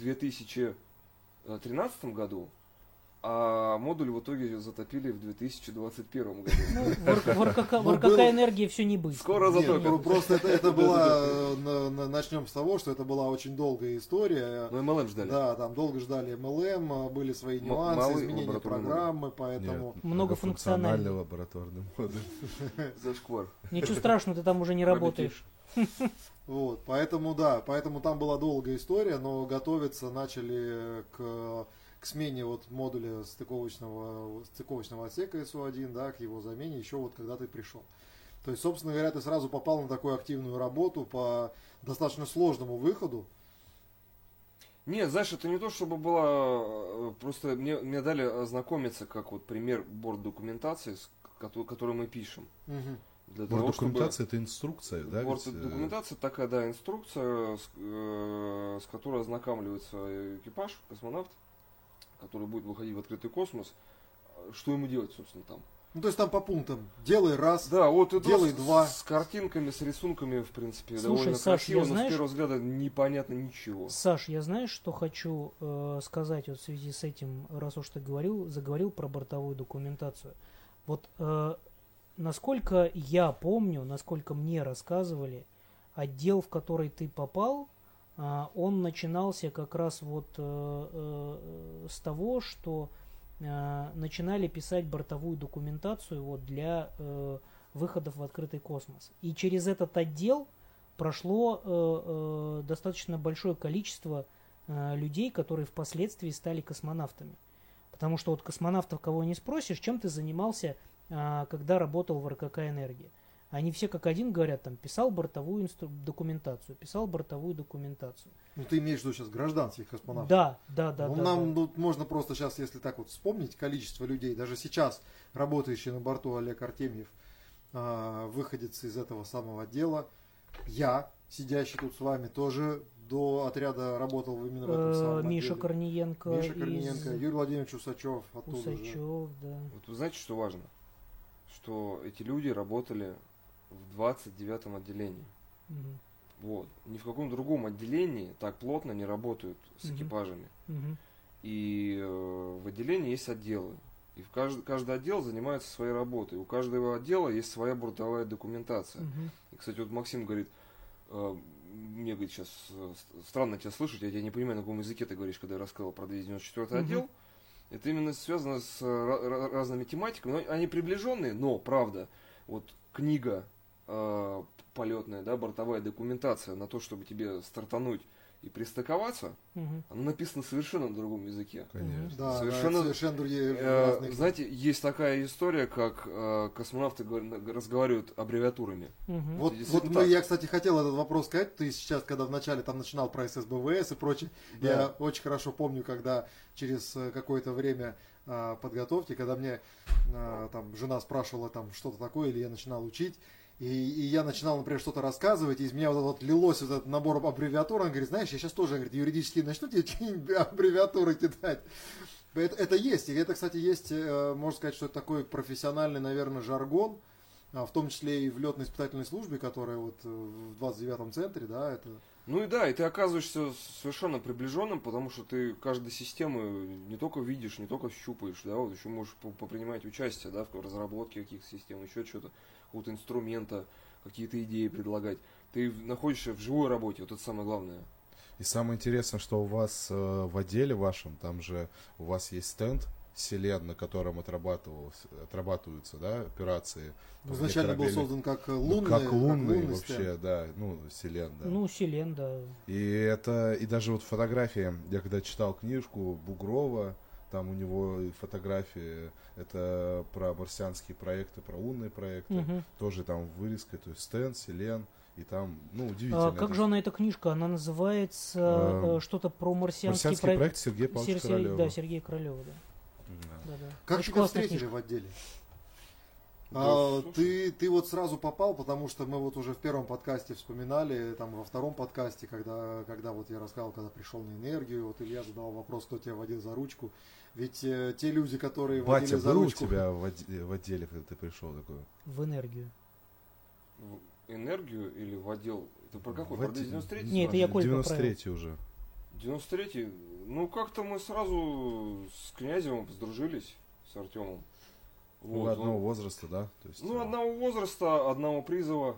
2013 году, а модуль в итоге затопили в 2021 году. Ну, в РКК Ну, был- энергии все не быстро. Скоро Нет, затопят. ну, просто это была, начнем с того, что это была очень долгая история. Но МЛМ ждали. Да, там долго ждали МЛМ, были свои нюансы, малый изменения лабораторный программы, поэтому... Нет, Многофункциональный. лабораторный модуль. Зашквар. Ничего страшного, ты там уже не работаешь. Вот, поэтому да, поэтому там была долгая история, но готовиться начали к смене вот модуля стыковочного отсека СУ-1, да, к его замене еще вот когда ты пришел. То есть, собственно говоря, ты сразу попал на такую активную работу по достаточно сложному выходу. Нет, знаешь, это не то, чтобы было... Просто мне дали ознакомиться, как вот пример борт документации, который мы пишем. Мгм. Для того, Борт-документация это инструкция, да? ведь, Борт-документация такая, да, инструкция, с которой ознакомливается экипаж, космонавт, который будет выходить в открытый космос. Что ему делать, собственно, там? Ну, то есть там по пунктам. Делай раз. Да, вот это Делай два. с картинками, с рисунками, в принципе, Слушай, довольно Саш, красиво, я но знаешь- с первого взгляда непонятно ничего. Саш, я знаешь, что хочу сказать вот в связи с этим, раз уж ты заговорил про бортовую документацию. Вот насколько я помню, насколько мне рассказывали, отдел, в который ты попал, он начинался как раз вот с того, что начинали писать бортовую документацию вот для выходов в открытый космос. И через этот отдел прошло достаточно большое количество людей, которые впоследствии стали космонавтами. Потому что вот космонавтов, кого не спросишь, чем ты занимался, когда работал в РКК «Энергия». Они все как один говорят, там, писал бортовую документацию, писал бортовую документацию. Ну, ты имеешь в виду сейчас гражданских космонавтов. Да. Ну, да, нам да. тут можно просто сейчас, если так вот вспомнить количество людей, даже сейчас работающий на борту Олег Артемьев, выходец из этого самого отдела, я, сидящий тут с вами, тоже до отряда работал именно в этом самом Миша отделе. Корниенко, Миша Корниенко, из Юрий Владимирович Усачев оттуда же. Усачев, да. Вот вы знаете, что важно? Что эти люди работали в 29-м отделении. Мгм. Вот. Ни в каком другом отделении так плотно не работают с Мгм. экипажами. Мгм. И в отделении есть отделы. И каждый отдел занимается своей работой. У каждого отдела есть своя бортовая документация. Мгм. И, кстати, вот Максим говорит, мне, говорит, сейчас странно тебя слышать, я тебя не понимаю, на каком языке ты говоришь, когда я рассказывал про 294 Мгм. отдел. Это именно связано с разными тематиками. Но они приближенные, но, правда, вот книга полетная, да, бортовая документация на то, чтобы тебе стартануть и пристыковаться, Мгм. она написана совершенно на другом языке. Конечно. Да, Совершенно- совершенно другие разные. Знаете, есть такая история, как космонавты разговаривают аббревиатурами. Мгм. Вот, действительно вот так. я, кстати, хотел этот вопрос сказать. Ты сейчас, когда вначале там начинал про ССБВС и прочее, Да. я очень хорошо помню, когда через какое-то время подготовки, когда мне там жена спрашивала там что-то такое, или я начинал учить, и я начинал, например, что-то рассказывать, и из меня вот этот вот лилось вот этот набор аббревиатур, он говорит, знаешь, я сейчас тоже, говорит, юридически начну тебе какие-нибудь аббревиатуры кидать. Это есть, и это, кстати, есть, можно сказать, что это такой профессиональный, наверное, жаргон, в том числе и в летно-испытательной службе, которая вот в 29-м центре, да, это... Ну и да, и ты оказываешься совершенно приближенным, потому что ты каждой системы не только видишь, не только щупаешь, да, вот еще можешь попринимать участие, да, в разработке каких-то систем, еще что-то, какого-то инструмента, какие-то идеи предлагать. Ты находишься в живой работе, вот это самое главное. И самое интересное, что у вас в отделе вашем, там же у вас есть стенд Селен, на котором отрабатываются, да, операции. Ну, изначально был корабли- создан как ну, лунный, как лунный стенд. вообще, да, ну, Селен, да. Ну, Селен, да. И даже вот фотографии, я когда читал книжку Бугрова, там у него и фотографии, это про марсианские проекты, про лунные проекты, Мгм. тоже там вырезка, то есть стенд, Селен, и там, ну, удивительно. Как это же она, эта книжка? Она называется что-то про марсианский марсианский проект Сергея Павловича Королева. Да, Сергей Королева, да. Да. Да. Как Очень тебя классная встретили книжка. в отделе? Да, слушай. Ты вот сразу попал, потому что мы вот уже в первом подкасте вспоминали, там во втором подкасте, когда вот я рассказывал, когда пришел на энергию, вот Илья задал вопрос, кто тебя водил за ручку. Ведь те люди, которые Батя водили за был у ручку... тебя в отделе, когда ты пришел такой? В энергию. В энергию или в отдел? Это про какой? В Про отделе. 93-й? Нет, это я Коль 93-й уже. 93-й? Ну, как-то мы сразу с Князевым сдружились, с Артемом. Ну, Вот, одного он- возраста, да? То есть, Ну, одного возраста, одного призова.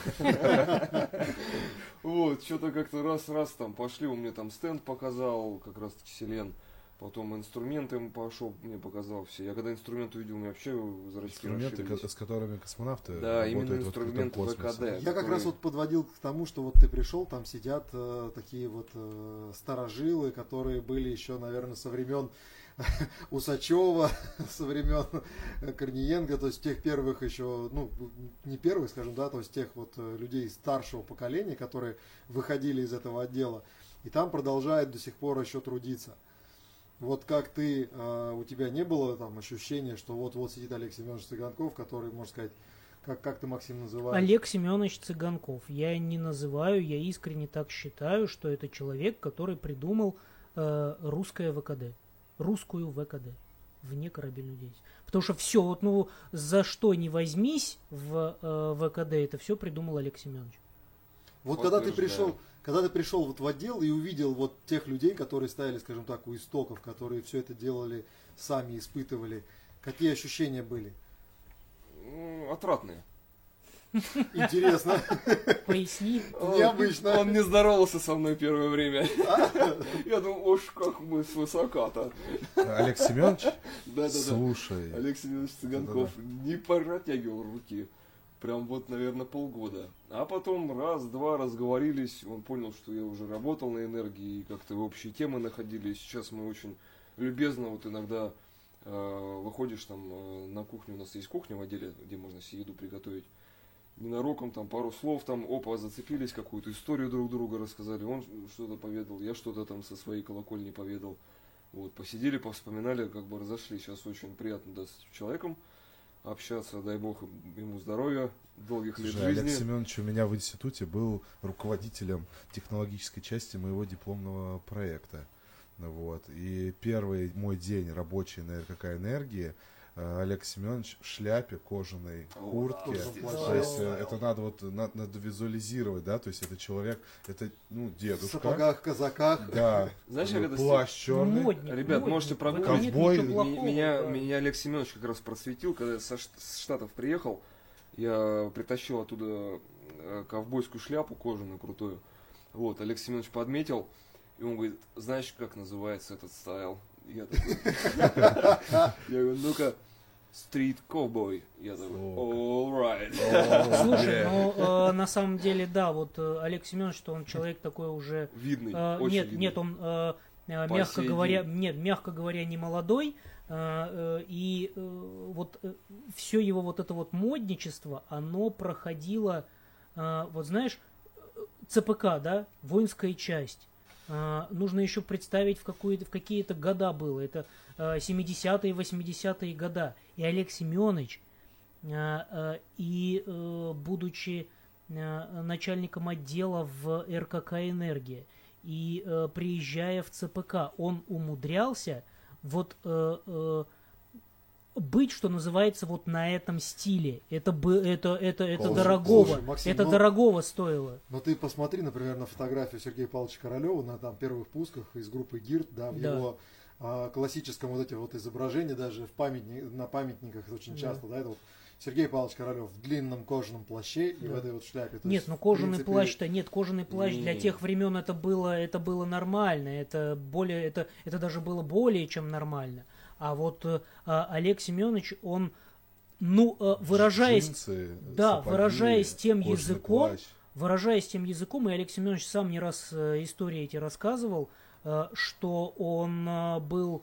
Вот, что-то как-то раз там пошли, он мне там стенд показал, как раз таки Селен. Потом инструменты ему пошел, мне показал все. Я когда инструмент увидел, у меня вообще зрачки инструменты, расширились. с которыми космонавты Да, именно работают в открытом инструменты космосе. ВКД. Я как которые- раз вот подводил к тому, что вот ты пришел, там сидят такие вот старожилы, которые были еще, наверное, со времен Усачева, со времен Корниенко, то есть тех первых еще, ну, не первых, скажем, да, то есть тех вот людей старшего поколения, которые выходили из этого отдела, и там продолжают до сих пор еще трудиться. Вот как ты, у тебя не было там ощущения, что вот сидит Олег Семенович Цыганков, который, можно сказать, как ты, Максим, называешь? Олег Семенович Цыганков. Я не называю, я искренне так считаю, что это человек, который придумал русское ВКД. Русскую ВКД. Вне корабельную деятельность. Потому что все, вот, ну, за что не возьмись в ВКД, это все придумал Олег Семенович. Вот когда ты пришел вот в отдел и увидел вот тех людей, которые стояли, скажем так, у истоков, которые все это делали сами, испытывали, какие ощущения были? Отвратные. Интересно. Поясни. Необычно. Он не здоровался со мной первое время. Я думал, уж как мы свысока-то. Олег Семенович? Да. Слушай. Олег Семенович Цыганков не протягивал руки. Прям вот, наверное, полгода. А потом раз-два разговорились. Он понял, что я уже работал на энергии и как-то общие темы находили. Сейчас мы очень любезно вот иногда выходишь там на кухню. У нас есть кухня в отделе, где можно себе еду приготовить. Ненароком там пару слов, там зацепились, какую-то историю друг друга рассказали, он что-то поведал, я что-то там со своей колокольни поведал. Вот, посидели, повспоминали, как бы разошлись. Сейчас очень приятно, да, с человеком общаться, дай бог ему здоровья, долгих лет Слушай, жизни. Олег Семенович у меня в институте был руководителем технологической части моего дипломного проекта. Вот. И первый мой день рабочий на РКК «Энергии» Олег Семенович в шляпе, кожаной куртке. То есть это надо визуализировать, да, то есть это человек, это, ну, В дедушка. сапогах, казаках. Да. Знаешь, как это Плащ черный. Модник, Ребят, модник. можете В этом прогуглить. нет Ковбой. ничего плохого, да. Меня Олег Семенович как раз просветил, когда я с Штатов приехал, я притащил оттуда ковбойскую шляпу кожаную крутую. Вот, Олег Семенович подметил, и он говорит, знаешь, как называется этот стайл? Я говорю, ну-ка, стрит ковбой. Я такой, all right. Слушай, ну на самом деле, да, вот Олег Семенович, что он человек такой уже... Видный, очень видный. Нет, он, мягко говоря, не молодой. И вот все его вот это вот модничество, оно проходило, вот знаешь, ЦПК, да, воинская часть. Нужно еще представить, в какие-то года было. Это 70-е, 80-е года. И Олег Семенович, будучи начальником отдела в РКК «Энергия», и приезжая в ЦПК, он умудрялся вот быть, что называется, вот на этом стиле. Это дорогого. Слушай, Максим, это дорогого стоило. Но ты посмотри, например, на фотографию Сергея Павловича Королева на там первых пусках из группы ГИРТ, да, в Да. его классическом вот эти вот изображения, даже на памятниках очень Да. часто, да, это вот Сергей Павлович Королев в длинном кожаном плаще и в этой вот шляпе. То Нет, есть, ну в кожаный принципе, плащ-то нет, кожаный плащ для Не. тех времен это было нормально, это даже было более чем нормально. А вот Олег Семенович, он, выражаясь, Джинсы, да, сапоги, выражаясь тем кожаный языком, плащ. и Олег Семенович сам не раз истории эти рассказывал, что он был,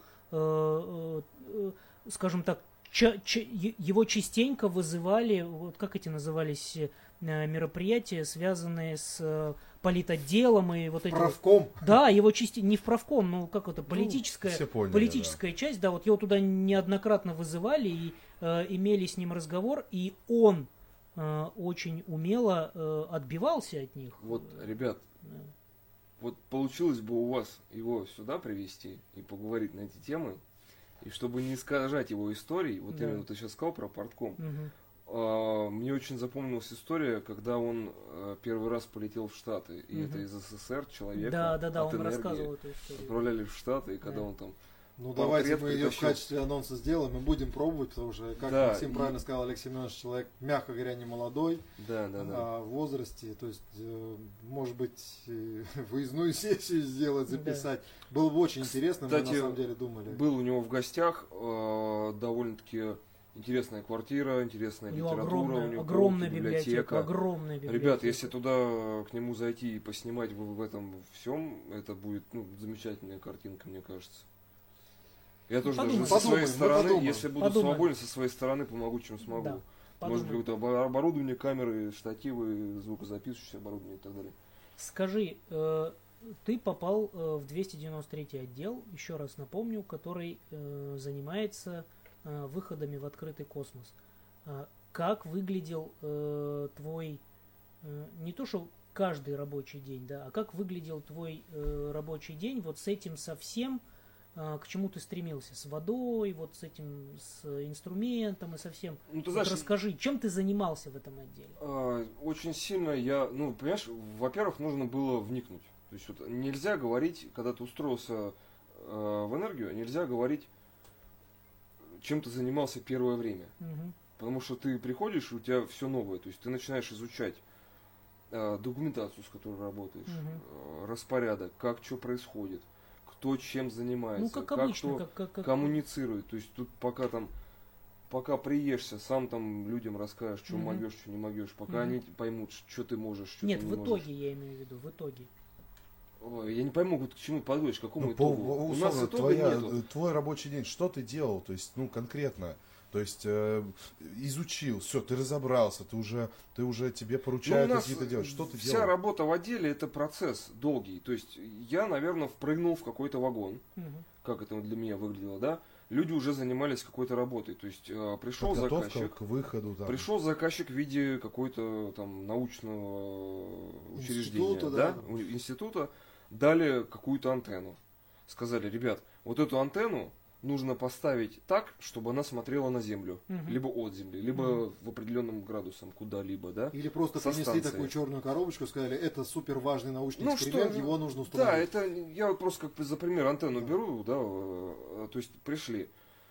скажем так, его частенько вызывали, вот как эти назывались мероприятия, связанные с политотделом и вот эти вот. Правком. Да, его не в правком, ну как это, политическая, все поняли, политическая часть, да, вот его туда неоднократно вызывали и имели с ним разговор, и он очень умело отбивался от них. Вот, ребят, Да. вот получилось бы у вас его сюда привести и поговорить на эти темы, и чтобы не искажать его истории, вот Да. именно ты сейчас сказал про партком, Мгм. мне очень запомнилась история, когда он первый раз полетел в Штаты, и Мгм. это из СССР человека Да, от он энергии рассказывал эту историю. отправляли в Штаты, и когда Да. он там... Ну Портрет давайте мы ее в притащил. качестве анонса сделаем, мы будем пробовать, потому что, как Да, Максим и- правильно сказал, Олег Семенович человек, мягко говоря, не молодой, Да. в возрасте, то есть, может быть, выездную сессию сделать, записать. Было бы очень интересно, мы на Кстати, самом деле думали. Был у него в гостях довольно-таки интересная квартира, интересная У него литература, у него огромная полки, библиотека, огромная библиотека. Ребят, если туда к нему зайти и поснимать в этом всем, это будет замечательная картинка, мне кажется. Я тоже даже подумаем. со своей Подумаем, мы стороны, подумаем. если буду Подумаем. свободен, со своей стороны помогу, чем смогу. Да, Может подумаем. быть, оборудование, камеры, штативы, звукозаписывающее оборудование и так далее. Скажи, ты попал в 293 отдел, еще раз напомню, который занимается выходами в открытый космос. Как выглядел твой, не то что каждый рабочий день, да, а как выглядел твой рабочий день вот с этим совсем, к чему ты стремился, с водой, вот с этим, с инструментом и со всем. Ну, ты Вот знаешь, расскажи, чем ты занимался в этом отделе? очень сильно понимаешь, во-первых, нужно было вникнуть. То есть вот нельзя говорить, когда ты устроился в энергию, нельзя говорить, чем ты занимался первое время. Мгм. Потому что ты приходишь, у тебя все новое. То есть ты начинаешь изучать документацию, с которой работаешь, распорядок, как что происходит, кто чем занимается, Ну, как обычно, кто как коммуницирует. То есть тут пока приешься, сам там людям расскажешь, что Мгм. могешь, что не могешь, пока Мгм. они поймут, что ты можешь, что Нет, ты не в можешь. итоге я имею в виду, в итоге. Ой, я не пойму, вот к чему ты подводишь, к какому Ну, итогу. У нас условно, итога нету. твой рабочий день, что ты делал, то есть, ну, конкретно, то есть, изучил, все, ты разобрался, ты уже тебе Ну, поручают у нас какие-то делать, что ты вся делал? работа в отделе это процесс долгий. То есть я, наверное, впрыгнул в какой-то вагон, Мгм. как это для меня выглядело, да. Люди уже занимались какой-то работой. То есть пришел Подготовка заказчик. к выходу, там. Пришел заказчик в виде какой-то там научного учреждения, Института, да, да. института, дали какую-то антенну. Сказали, ребят, вот эту антенну нужно поставить так, чтобы она смотрела на Землю, Мгм. либо от Земли, либо в определенном градусом куда-либо, да. Или просто Со принесли станции. такую черную коробочку, сказали, это супер важный научный Ну, эксперимент, что, его нужно Да, установить. это я вот просто как за пример антенну беру, да, то есть пришли.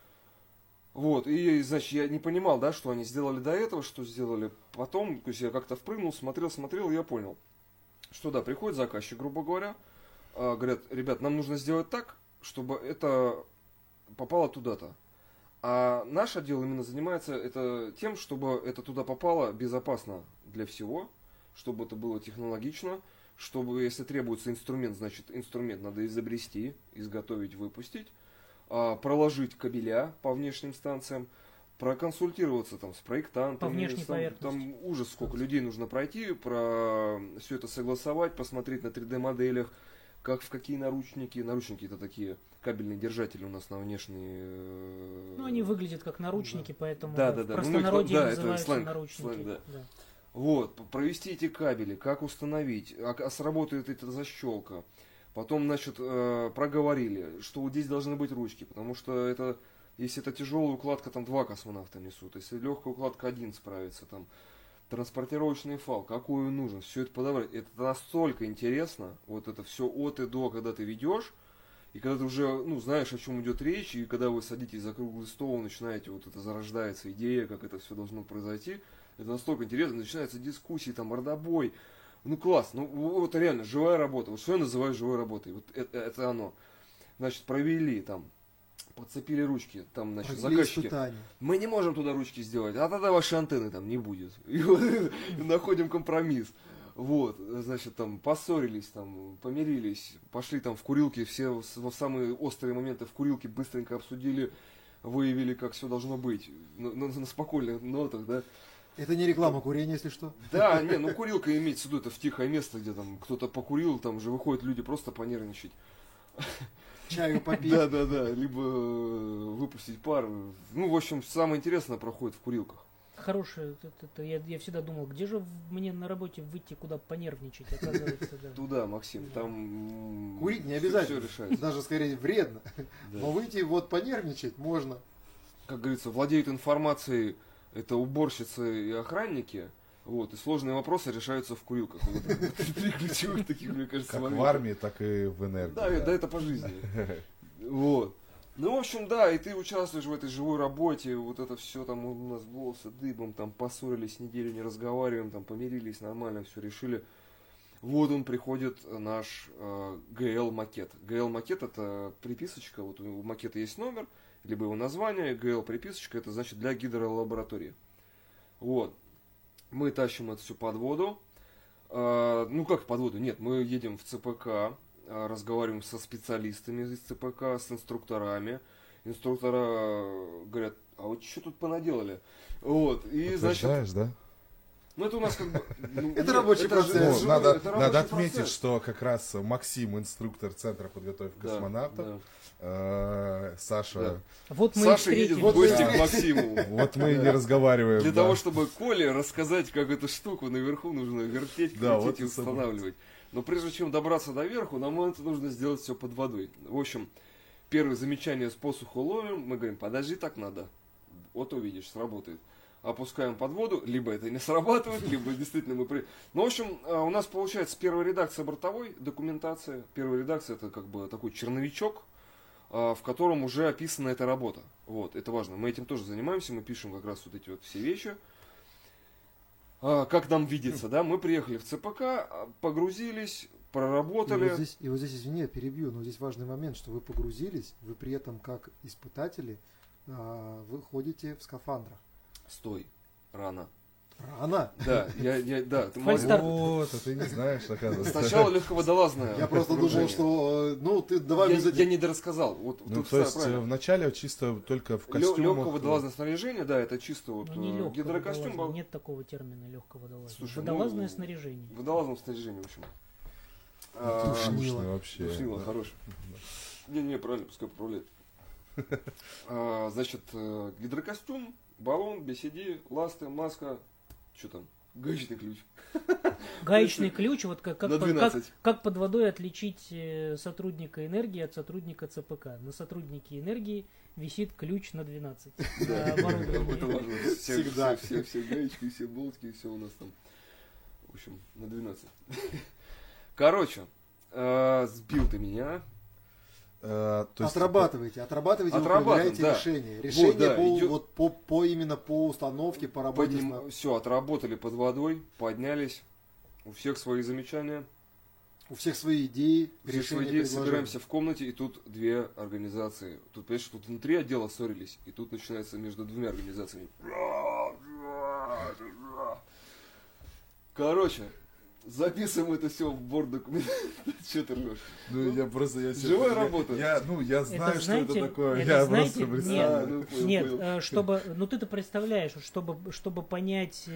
Вот, и, значит, я не понимал, да, что они сделали до этого, что сделали потом, то есть я как-то впрыгнул, смотрел, и я понял, что да, приходит заказчик, грубо говоря, говорят, ребят, нам нужно сделать так, чтобы это попало туда-то. А наш отдел именно занимается это тем, чтобы это туда попало безопасно для всего, чтобы это было технологично, чтобы, если требуется инструмент, значит, инструмент надо изобрести, изготовить, выпустить, проложить кабеля по внешним станциям, проконсультироваться там с проектантом. По внешней поверхности. Там ужас, сколько людей нужно пройти, про все это согласовать, посмотреть на 3D-моделях, как в какие наручники. Наручники это такие кабельные держатели у нас на внешние. Ну, они выглядят как наручники, поэтому Да, в да, да. простонародье Ну, это называются сленг, наручники. сленг, да. Да. Вот, провести эти кабели, как установить, сработает эта защелка. Потом, значит, проговорили, что вот здесь должны быть ручки, потому что это, если это тяжелая укладка, там 2 космонавта несут, если легкая укладка 1 справится, там, транспортировочный фал, какой он нужен, все это подобрать. Это настолько интересно, вот это все от и до, когда ты ведешь, и когда ты уже, ну, знаешь, о чем идет речь, и когда вы садитесь за круглый стол, начинаете, вот это зарождается идея, как это все должно произойти, это настолько интересно, начинаются дискуссии, там, мордобой, ну, класс, ну, вот реально, живая работа, вот что я называю живой работой, вот это оно. Значит, провели там, подцепили ручки, там, значит, Провели заказчики. испытания. Мы не можем туда ручки сделать, а тогда вашей антенны там не будет. И вот находим компромисс. Вот, значит, там поссорились, там, помирились, пошли там в курилки, все в самые острые моменты в курилке быстренько обсудили, выявили, как все должно быть, на спокойных нотах, да. Это не реклама курения, если что. Да, не, ну курилка имеется в виду, это в тихое место, где там кто-то покурил, там же выходят люди просто понервничать. Чаю попить. Да, либо выпустить пар. Ну, в общем, самое интересное проходит в курилках. Хорошее, я всегда думал, где же мне на работе выйти, куда понервничать, оказывается, да. Туда, Максим, там Курить не все обязательно. решается. Даже скорее вредно. Да. Но выйти вот понервничать можно. Как говорится, владеют информацией это уборщицы и охранники. Вот, и сложные вопросы решаются в курилках. Вот, три ключевых таких, мне кажется, Как в момента. армии, так и в энергии. Да, это по жизни. Вот. Ну, в общем, да, и ты участвуешь в этой живой работе, вот это все там у нас волосы дыбом, там поссорились, неделю не разговариваем, там помирились, нормально все решили. Вот он приходит, наш ГЛ-макет. ГЛ-макет это приписочка, вот у макета есть номер, либо его название, ГЛ-приписочка, это значит для гидролаборатории. Вот. Мы тащим это все под воду. Ну как под воду? Нет, мы едем в ЦПК, разговариваем со специалистами из ЦПК, с инструкторами. Инструктора говорят, а вот что тут понаделали? Вот, и значит... Подтверждаешь, да? Ну, это у нас как бы... Это рабочий процесс. Ну, надо отметить, что как раз Максим, инструктор Центра подготовки космонавтов, Саша... Да. Вот мы Саша и едет в встретились. гости к Максиму. Вот мы и не разговариваем. Для да. того, чтобы Коле рассказать, как эту штуку наверху нужно вертеть, Да, крутить вот и и событие. устанавливать. Но прежде чем добраться до верху, нам это нужно сделать все под водой. В общем, первое замечание с посуху ловим, мы говорим, подожди, так надо. Вот увидишь, сработает. Опускаем под воду, либо это не срабатывает, либо действительно мы... Ну, в общем, у нас получается первая редакция бортовой документации. Первая редакция это как бы такой черновичок, в котором уже описана эта работа. Вот, это важно. Мы этим тоже занимаемся, мы пишем как раз вот эти вот все вещи. Как нам видится, да? Мы приехали в ЦПК, погрузились, проработали. И вот здесь, извини, я перебью, но здесь важный момент, что вы погрузились, вы при этом как испытатели вы ходите в скафандрах. Стой, рано. Рано? Да, да, ты молодец. Фальстарт. Вот, а ты не знаешь, оказывается. Сначала легководолазная. Я просто думал, погружение. что, ну, ты давай Я, без этих- я не дорассказал. Вот Ну, тут то есть правильно. вначале чисто только в костюмах. Легководолазное снаряжение, да, это чисто вот Ну, не легкое гидрокостюм. водолазное. Нет такого термина легководолазное. Слушай, Водолазное ну, снаряжение. В водолазном снаряжении, в общем. Душнило. Скучно вообще. Душнило, Да. хорош. Не, правильно, пускай поправляет. Значит, гидрокостюм, баллон, BCD, ласты, маска, что там, гаечный ключ. Гаечный ключ, вот как, На 12. как под водой отличить сотрудника энергии от сотрудника ЦПК. На сотруднике энергии висит ключ на 12. Да, Оборудование. это важно. Всегда. Все гаечки, все болтики, все у нас там. В общем, на 12. Короче, сбил ты меня. То есть- Отрабатывайте, вы Отрабатываем, проверяете да. решение. Решение Вот, да, по, идет- вот по именно по установке, по работе. Все, отработали под водой, поднялись. У всех свои замечания. У всех свои идеи, У всех свои решения, идеи. предложения. Собираемся в комнате, и тут две организации. Тут, понимаешь, тут внутри отдела ссорились, и тут начинается между двумя организациями. Короче, записываем это все в борт документов. Че ты ржешь? Ну, я просто... Живая работа. Я знаю, что знаете, это такое. это, Я знаете, просто представляю. Ну, понял, Нет, понял. чтобы, ну ты-то представляешь, чтобы понять,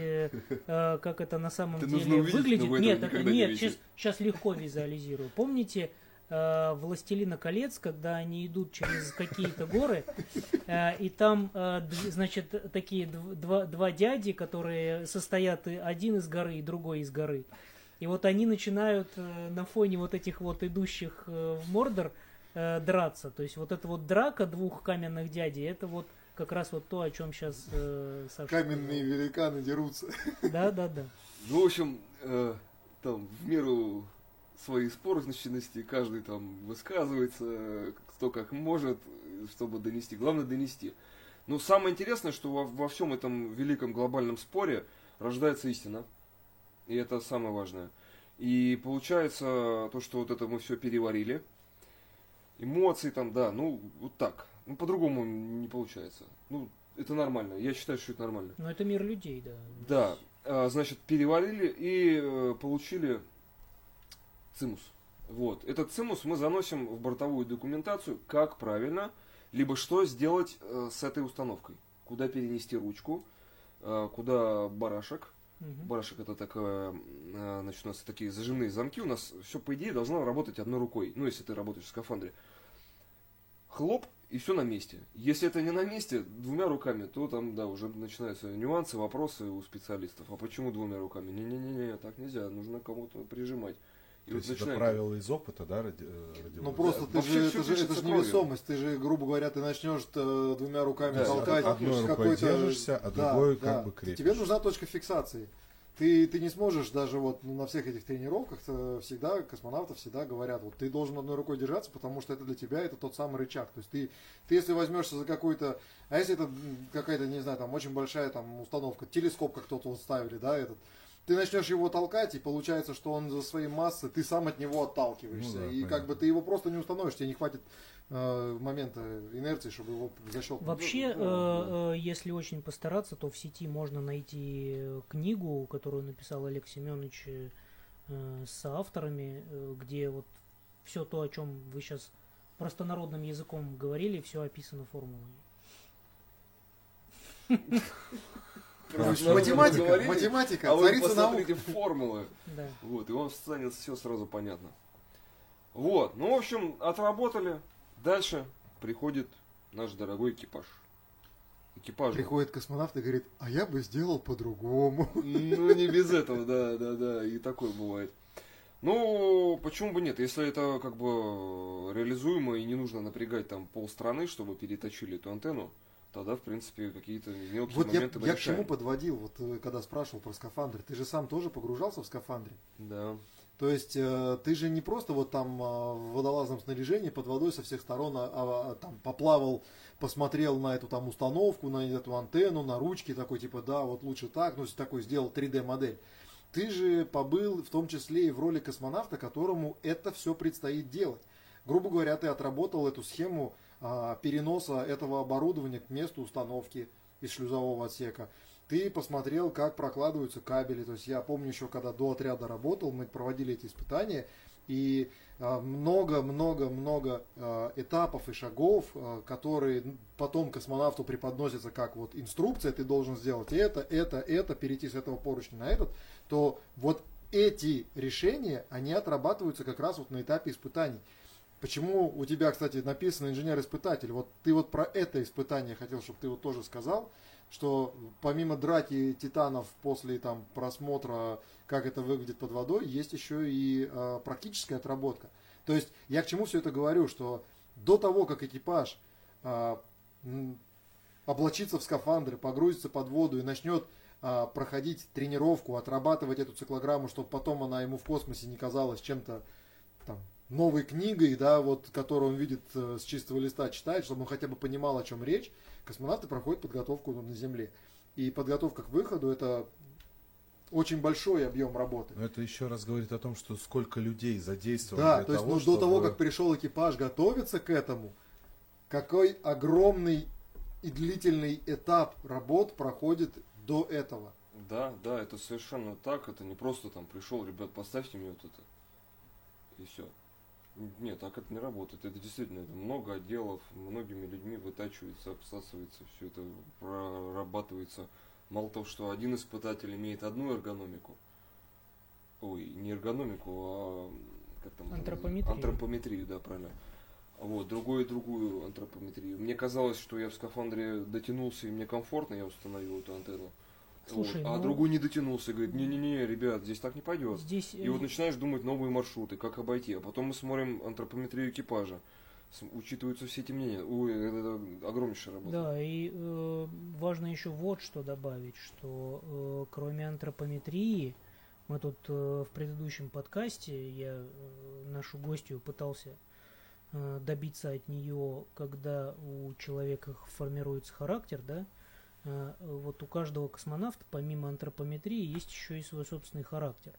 как это на самом Это деле нужно увидеть, но выглядит. вы этого Нет, никогда не нет, видите. сейчас легко визуализирую. Помните «Властелина колец», когда они идут через какие-то горы, и там, значит, такие два дяди, которые состоят один из горы и другой из горы. И вот они начинают на фоне вот этих вот идущих в Мордор драться. То есть вот эта вот драка двух каменных дядей, это вот как раз вот то, о чем сейчас Саша Каменные великаны дерутся. сказал. Да. Ну, в общем, там в меру своей спорности каждый там высказывается, кто как может, чтобы донести. Главное донести. Но самое интересное, что во всем этом великом глобальном споре рождается истина. И это самое важное. И получается то, что вот это мы все переварили. Эмоции там, да, ну вот так. Ну по-другому не получается. Ну это нормально. Я считаю, что это нормально. Но это мир людей, да. Да, значит, переварили и получили цимус. Вот. Этот цимус мы заносим в бортовую документацию, как правильно, либо что сделать с этой установкой. Куда перенести ручку, куда барашек. Мгм. Барашек это такое, значит, у нас такие зажимные замки. У нас все, по идее, должно работать одной рукой. Ну, если ты работаешь в скафандре. Хлоп, и все на месте. Если это не на месте, двумя руками, то там, да, уже начинаются нюансы, вопросы у специалистов. А почему двумя руками? Не-не-не, так нельзя, нужно кому-то прижимать. И То вот есть это начинаем- правило из опыта, да, родилось? Ну просто Да, вообще всё это пишется же кровью. невесомость. Ты же, грубо говоря, ты начнешь двумя руками Да, толкать. одной рукой держишься, а другой как бы крепишь. Тебе нужна точка фиксации. Ты не сможешь даже вот на всех этих тренировках всегда, космонавты всегда говорят, вот ты должен одной рукой держаться, потому что это для тебя это тот самый рычаг. То есть ты если возьмешься за какой-то, а если это какая-то, не знаю, там очень большая там установка, телескоп, как кто-то вот ставили, да, этот, ты начнешь его толкать, и получается, что он за своей массой, ты сам от него отталкиваешься. Ну да, и понятно. как бы ты его просто не установишь, тебе не хватит момента инерции, чтобы его защелкнуть. Вообще, Ну, если очень постараться, то в сети можно найти книгу, которую написал Олег Семенович с соавторами, где вот все то, о чем вы сейчас простонародным языком говорили, все описано формулами. Математика, а вы царица наук. посмотрите формулы. Да. Вот, и вам станет все сразу понятно. Вот, ну, в общем, отработали. Дальше приходит наш дорогой экипаж. Экипаж. Приходит космонавт и говорит, а я бы сделал по-другому. Ну, не без этого, да, и такое бывает. Ну, почему бы нет? Если это как бы реализуемо и не нужно напрягать там полстраны, чтобы переточили эту антенну, тогда, в принципе, какие-то мелкие Вот моменты мы я к решаем. чему подводил, вот когда спрашивал про скафандры. Ты же сам тоже погружался в скафандре? Да. То есть ты же не просто вот там в водолазном снаряжении под водой со всех сторон там поплавал, посмотрел на эту там установку, на эту антенну, на ручки, такой типа, да, вот лучше так, ну такой сделал 3D модель. Ты же побыл в том числе и в роли космонавта, которому это все предстоит делать. Грубо говоря, ты отработал эту схему переноса этого оборудования к месту установки из шлюзового отсека. Ты посмотрел, как прокладываются кабели. То есть я помню еще, когда до отряда работал, мы проводили эти испытания. И много-много-много этапов и шагов, которые потом космонавту преподносятся как вот инструкция, ты должен сделать это, перейти с этого поручня на этот, то вот эти решения, они отрабатываются как раз вот на этапе испытаний. Почему у тебя, кстати, написано инженер-испытатель? Вот ты вот про это испытание хотел, чтобы ты вот тоже сказал, что помимо драки титанов после там просмотра, как это выглядит под водой, есть еще и практическая отработка. То есть я к чему все это говорю, что до того, как экипаж облачится в скафандры, погрузится под воду и начнет проходить тренировку, отрабатывать эту циклограмму, чтобы потом она ему в космосе не казалась чем-то там новой книгой, да, вот, которую он видит с чистого листа, читает, чтобы он хотя бы понимал, о чем речь, космонавты проходят подготовку на Земле. И подготовка к выходу — это очень большой объем работы. Но это еще раз говорит о том, что сколько людей задействовано. Да, для то есть того, до того, чтобы- как пришел экипаж готовиться к этому, какой огромный и длительный этап работ проходит до этого. Да, это совершенно так. Это не просто там пришел, ребят, поставьте мне вот это. И все. Нет, так это не работает. Это действительно это много отделов, многими людьми вытачивается, обсасывается, все это прорабатывается. Мало того, что один испытатель имеет одну эргономику, не эргономику, а как там? Антропометрию. Антропометрию, да, правильно. Вот, другую антропометрию. Мне казалось, что я в скафандре дотянулся и мне комфортно, я установил эту антенну. Слушай, а ну- другой не дотянулся и говорит, не-не-не, ребят, здесь так не пойдет. Здесь И вот начинаешь думать новые маршруты, как обойти. А потом мы смотрим антропометрию экипажа. Учитываются все эти мнения. Это огромнейшая работа. да, и важно еще вот что добавить, что кроме антропометрии, мы тут в предыдущем подкасте, я нашу гостью пытался добиться от нее, когда у человека формируется характер, да, вот у каждого космонавта, помимо антропометрии, есть еще и свой собственный характер.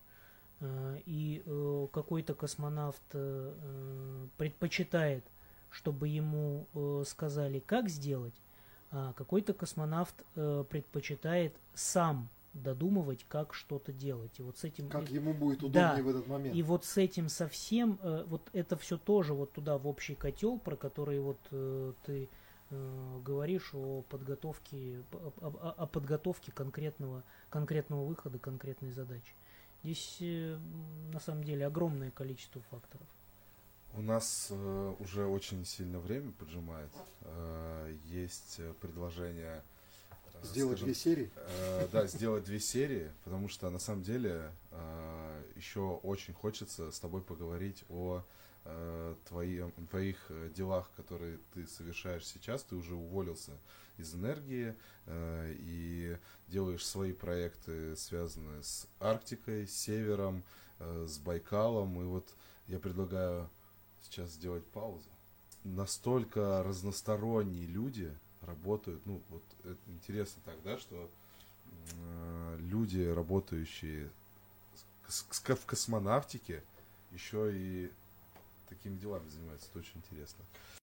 И какой-то космонавт предпочитает, чтобы ему сказали, как сделать, а какой-то космонавт предпочитает сам додумывать, как что-то делать. И вот с этим... Как ему будет удобнее Да, в этот момент. и вот с этим совсем, вот это все тоже вот туда в общий котел, про который вот ты говоришь о подготовке, о подготовке конкретного выхода, конкретной задачи. Здесь на самом деле огромное количество факторов. У нас уже очень сильно время поджимает. Есть предложение Сделать скажем, 2 серии? Да, сделать 2 серии, потому что на самом деле еще очень хочется с тобой поговорить о твоих делах, которые ты совершаешь сейчас. Ты уже уволился из энергии и делаешь свои проекты, связанные с Арктикой, с Севером, с Байкалом. И вот я предлагаю сейчас сделать паузу. Настолько разносторонние люди работают, ну вот это интересно так, да, что люди, работающие в космонавтике, еще и такими делами занимаются. Это очень интересно.